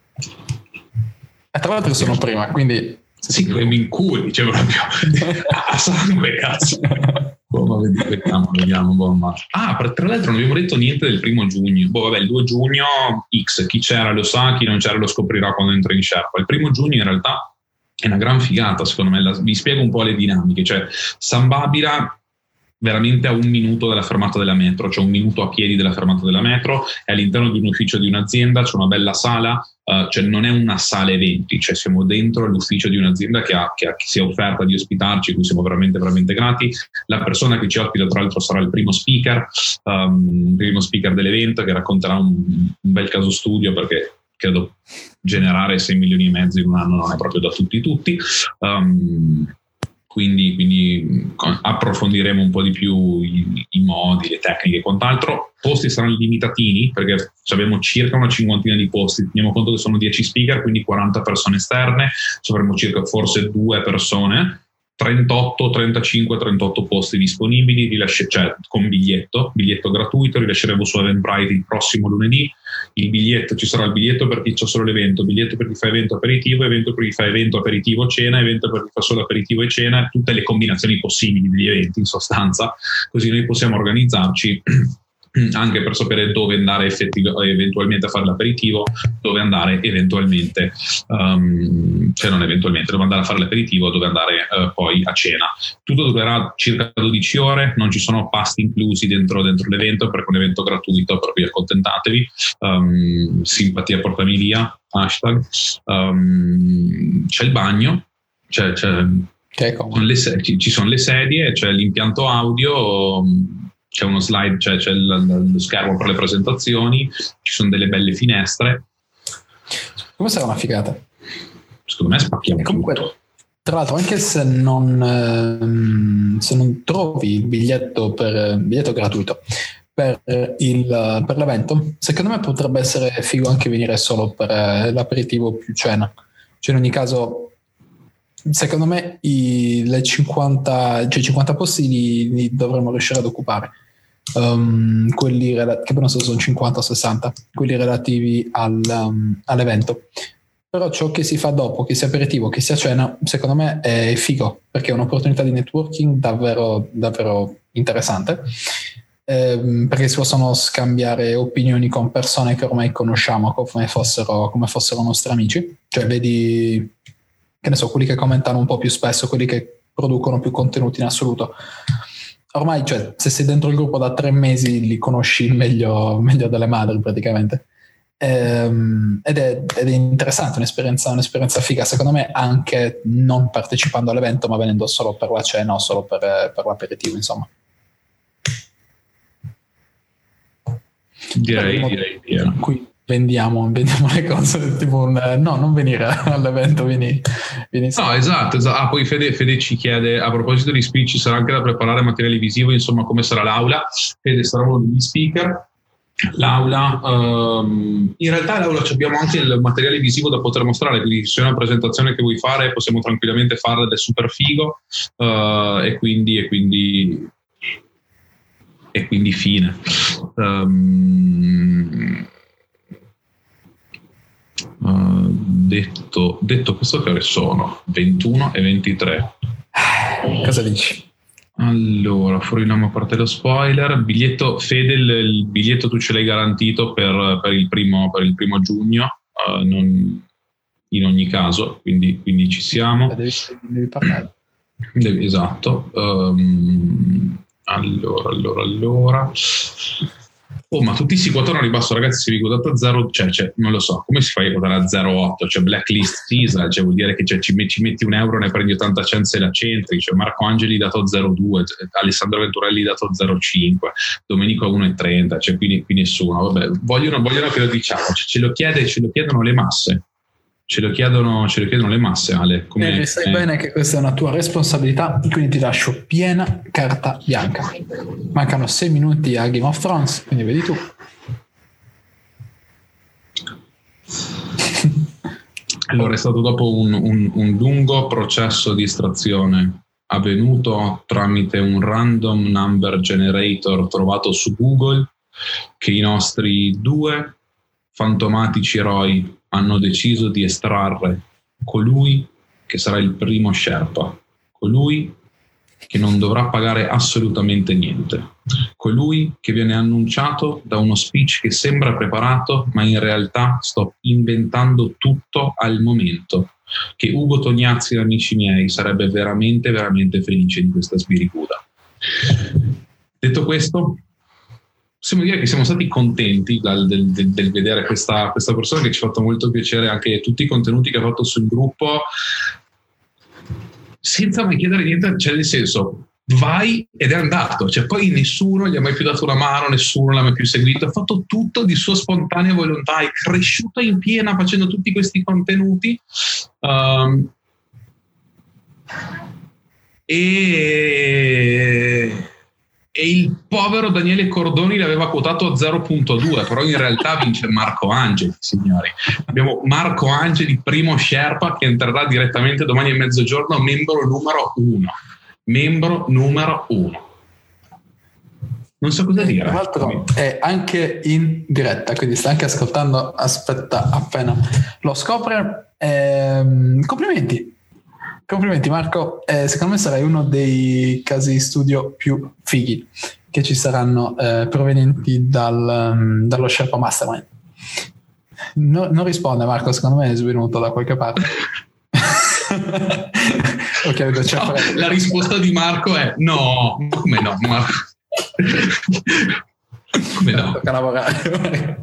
E tra l'altro sono prima, quindi... Sì, che mi inculi, cioè proprio a sangue, cazzo. Boh, ma vediamo, vediamo. Boh, ma... Ah, tra l'altro non abbiamo detto niente del primo giugno. Boh, vabbè, il due giugno X, chi c'era lo sa, chi non c'era lo scoprirà quando entra in Sherpa. Il primo giugno in realtà è una gran figata, secondo me. La, vi spiego un po' le dinamiche. Cioè, San Babila veramente a un minuto dalla fermata della metro, cioè un minuto a piedi della fermata della metro, è all'interno di un ufficio di un'azienda, c'è una bella sala, uh, cioè non è una sala eventi, cioè siamo dentro l'ufficio di un'azienda che, ha, che, ha, che si è offerta di ospitarci, cui siamo veramente veramente grati. La persona che ci ospita tra l'altro sarà il primo speaker, um, il primo speaker dell'evento, che racconterà un, un bel caso studio, perché credo generare sei milioni e mezzo in un anno non è proprio da tutti tutti. Um, Quindi, quindi approfondiremo un po' di più i, i modi, le tecniche e quant'altro. Posti saranno limitatini, perché abbiamo circa una cinquantina di posti. Teniamo conto che sono dieci speaker, quindi quaranta persone esterne, ci avremo circa forse due persone, trentotto, trentacinque, trentotto posti disponibili, rilasci- cioè con biglietto, biglietto gratuito, rilasceremo su Eventbrite il prossimo lunedì. Il biglietto, ci sarà il biglietto per chi c'è solo l'evento, biglietto per chi fa evento aperitivo, evento per chi fa evento aperitivo cena, evento per chi fa solo aperitivo e cena, tutte le combinazioni possibili degli eventi in sostanza, così noi possiamo organizzarci anche per sapere dove andare effettiv- eventualmente a fare l'aperitivo, dove andare eventualmente um, cioè non eventualmente, dove andare a fare l'aperitivo, dove andare uh, poi a cena. Tutto durerà circa dodici ore, non ci sono pasti inclusi dentro, dentro l'evento, perché è un evento gratuito, per cui accontentatevi. Um, simpatia portami via, hashtag. Um, c'è il bagno, c'è, c'è, che sono le, ci sono le sedie, c'è l'impianto audio, c'è uno slide, c'è, c'è lo schermo per le presentazioni, ci sono delle belle finestre. Come sarà una figata? Secondo me spacchiamo comunque, tutto. Tra l'altro, anche se non, ehm, se non trovi il biglietto, per, il biglietto gratuito per, il, per l'evento, secondo me potrebbe essere figo anche venire solo per l'aperitivo più cena. Cioè in ogni caso... Secondo me i, le cinquanta, cioè cinquanta posti li, li dovremmo riuscire ad occupare, um, quelli rela- che non so se sono cinquanta o sessanta, quelli relativi al, um, all'evento. Però ciò che si fa dopo, che sia aperitivo, che sia cena, secondo me è figo, perché è un'opportunità di networking davvero, davvero interessante, ehm, perché si possono scambiare opinioni con persone che ormai conosciamo come fossero, come fossero nostri amici. Cioè vedi... che ne so, quelli che commentano un po' più spesso, quelli che producono più contenuti in assoluto. Ormai, cioè, se sei dentro il gruppo da tre mesi li conosci meglio, meglio delle madri praticamente. Ehm, ed, è, ed è interessante, un'esperienza, un'esperienza figa, secondo me, anche non partecipando all'evento, ma venendo solo per la cena o solo per, per l'aperitivo, insomma. Direi, direi, direi. Qui vendiamo, vendiamo le cose, tipo un, no, non venire all'evento, vieni, vieni no, esatto, esatto. Ah, poi Fede, Fede ci chiede, a proposito di speech, ci sarà anche da preparare materiale visivo, insomma, come sarà l'aula. Fede sarà uno degli speaker. L'aula, um, in realtà l'aula abbiamo anche il materiale visivo da poter mostrare, quindi se è una presentazione che vuoi fare possiamo tranquillamente farla ed è super figo, uh, e quindi e quindi e quindi fine. Um, uh, detto, detto questo, che ore sono? ventuno e ventitré. Cosa dici? Allora, fuori nome a parte lo spoiler, biglietto Fede, il, il biglietto tu ce l'hai garantito per, per, il, primo, per il primo giugno, uh, non, in ogni caso, quindi, quindi ci siamo. Devi, devi parlare. Devi, esatto. Um, allora, allora, allora. Oh, ma tutti si quotano a ribasso, ragazzi. Se vi quotate a zero, cioè, cioè, non lo so, come si fa a quotare a zero virgola otto? Cioè, blacklist Sisa, cioè vuol dire che cioè, ci, ci metti un euro, ne prendi ottanta cents e la centri. Cioè, Marco Angeli dato zero virgola due, Alessandro Venturelli dato zero virgola cinque, Domenico a uno virgola trenta, cioè qui, qui nessuno. Vabbè, vogliono, vogliono che lo diciamo, cioè, ce lo chiede, ce lo chiedono le masse. Ce lo chiedono, ce lo chiedono le masse, Ale. Come, eh, sai eh. bene che questa è una tua responsabilità, quindi ti lascio piena carta bianca. Mancano sei minuti a Game of Thrones, quindi vedi tu. Allora, è stato dopo un, un, un lungo processo di estrazione avvenuto tramite un random number generator trovato su Google, che i nostri due fantomatici eroi hanno deciso di estrarre colui che sarà il primo Sherpa, colui che non dovrà pagare assolutamente niente, colui che viene annunciato da uno speech che sembra preparato, ma in realtà sto inventando tutto al momento, che Ugo Tognazzi, amici miei, sarebbe veramente, veramente felice di questa sbiricuda. Detto questo, possiamo dire che siamo stati contenti dal, del, del, del vedere questa, questa persona, che ci ha fatto molto piacere anche tutti i contenuti che ha fatto sul gruppo, senza mai chiedere niente, cioè nel senso, vai ed è andato, cioè poi nessuno gli ha mai più dato una mano, nessuno l'ha mai più seguito, ha fatto tutto di sua spontanea volontà, è cresciuto in piena facendo tutti questi contenuti, um, e... e il povero Daniele Cordoni l'aveva quotato a zero virgola due, però in realtà vince Marco Angeli, signori. Abbiamo Marco Angeli, primo Sherpa, che entrerà direttamente domani a mezzogiorno, membro numero uno. Membro numero uno. Non so cosa dire. Tra l'altro è anche in diretta, quindi sta anche ascoltando, aspetta appena lo scopre. Ehm, complimenti. Complimenti Marco, eh, secondo me sarai uno dei casi di studio più fighi che ci saranno, eh, provenienti dal, um, dallo Sherpa Mastermind. No, non risponde Marco, secondo me è svenuto da qualche parte. Okay, no, la risposta di Marco è no, come no Marco? Come no? Tocca lavorare.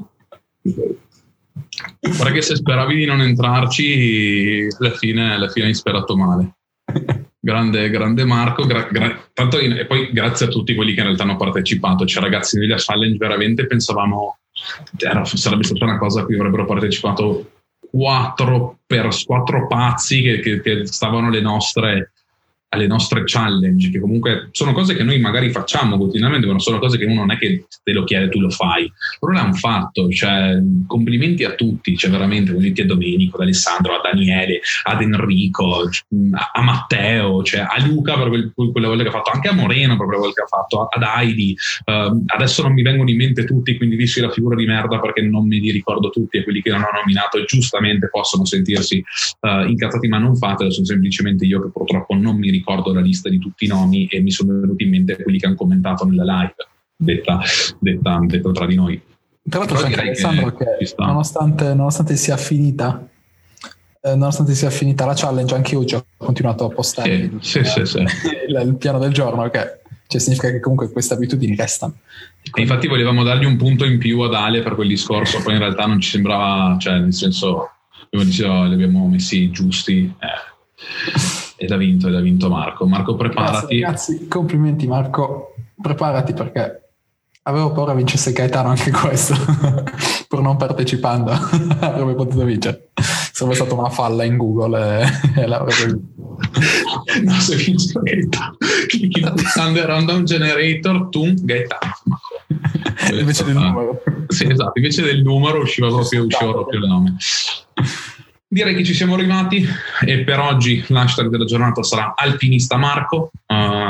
Guarda che se speravi di non entrarci, alla fine, alla fine hai sperato male. Grande, grande Marco, gra, gra, tanto in, e poi grazie a tutti quelli che in realtà hanno partecipato. Cioè ragazzi, noi la challenge veramente pensavamo era, sarebbe stata una cosa a cui avrebbero partecipato quattro, per, quattro pazzi che, che, che stavano le nostre alle nostre challenge, che comunque sono cose che noi magari facciamo quotidianamente, ma non sono cose che uno non è che te lo chiede, tu lo fai. Però l'hanno fatto, cioè complimenti a tutti, cioè veramente complimenti a Domenico, ad Alessandro, a Daniele, ad Enrico, a Matteo, cioè a Luca per quel, quelle volte che ha fatto, anche a Moreno per quelle volte che ha fatto, ad Heidi. Uh, adesso non mi vengono in mente tutti, quindi dissi la figura di merda perché non me li ricordo tutti, e quelli che non ho nominato giustamente possono sentirsi uh, incazzati, ma non fatelo, sono semplicemente io che purtroppo non mi ricordo ricordo la lista di tutti i nomi e mi sono venuti in mente quelli che hanno commentato nella live, detta, detta, detta tra di noi. Tra l'altro c'è Alessandro che, che nonostante, nonostante sia finita eh, nonostante sia finita la challenge, anche io ho continuato a postare sì, il, sì, il, sì, il, il piano del giorno, che cioè, significa che comunque queste abitudini restano. E infatti volevamo dargli un punto in più ad Ale per quel discorso, poi in realtà non ci sembrava, cioè nel senso abbiamo detto, li abbiamo messi giusti, eh. Ed ha vinto, ed ha vinto Marco. Marco, preparati. Grazie, ragazzi, complimenti Marco, preparati, perché avevo paura vincesse Gaetano anche questo, pur non partecipando avrebbe potuto vincere. Sarebbe stata una falla in Google e, e l'avrebbe vinto. No, se vince Gaetano, clicchi sul random generator, tu Gaetano. Invece del numero. Sì, esatto, invece del numero usciva proprio, usciva proprio il nome. Direi che ci siamo arrivati, e per oggi l'hashtag della giornata sarà Alpinista Marco. Uh,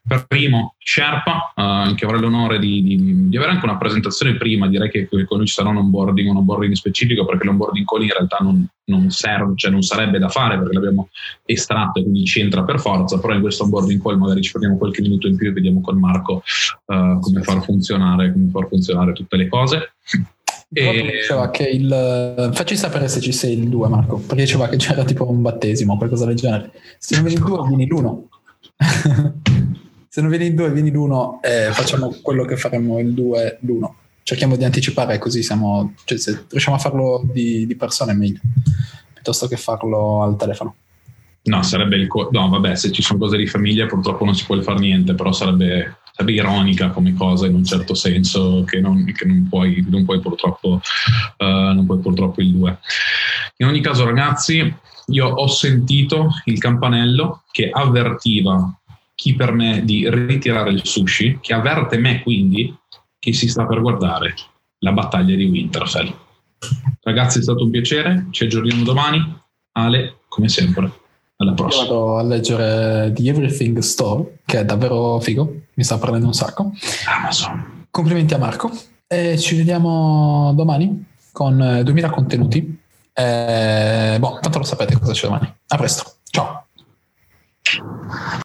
primo Sherpa, uh, che avrà l'onore di, di, di avere anche una presentazione prima. Direi che con lui ci sarà un onboarding, un onboarding specifico, perché l'onboarding call in realtà non, non serve, cioè non sarebbe da fare perché l'abbiamo estratto e quindi ci entra per forza, però in questo onboarding call magari ci prendiamo qualche minuto in più e vediamo con Marco uh, come far funzionare come far funzionare tutte le cose. E... diceva che il facci sapere se ci sei il due, Marco, perché diceva che c'era tipo un battesimo o qualcosa del genere. Se non vieni il due vieni l'uno. Se non vieni il due vieni l'uno e facciamo quello che faremo il due l'uno. Cerchiamo di anticipare, così siamo, cioè se riusciamo a farlo di, di persona è meglio piuttosto che farlo al telefono. No, sarebbe il co- no vabbè, se ci sono cose di famiglia purtroppo non si può fare niente, però sarebbe, sarebbe ironica come cosa in un certo senso, che non, che non puoi non puoi purtroppo uh, non puoi purtroppo il due. In ogni caso, ragazzi, io ho sentito il campanello che avvertiva chi per me di ritirare il sushi, che avverte me quindi che si sta per guardare la battaglia di Winterfell. Ragazzi, è stato un piacere, ci aggiorniamo domani. Ale, come sempre, alla prossima. Io vado a leggere The Everything Store, che è davvero figo, mi sta prendendo un sacco. Amazon. Complimenti a Marco e ci vediamo domani con duemila contenuti. Eh, boh, tanto lo sapete cosa c'è domani. A presto, ciao.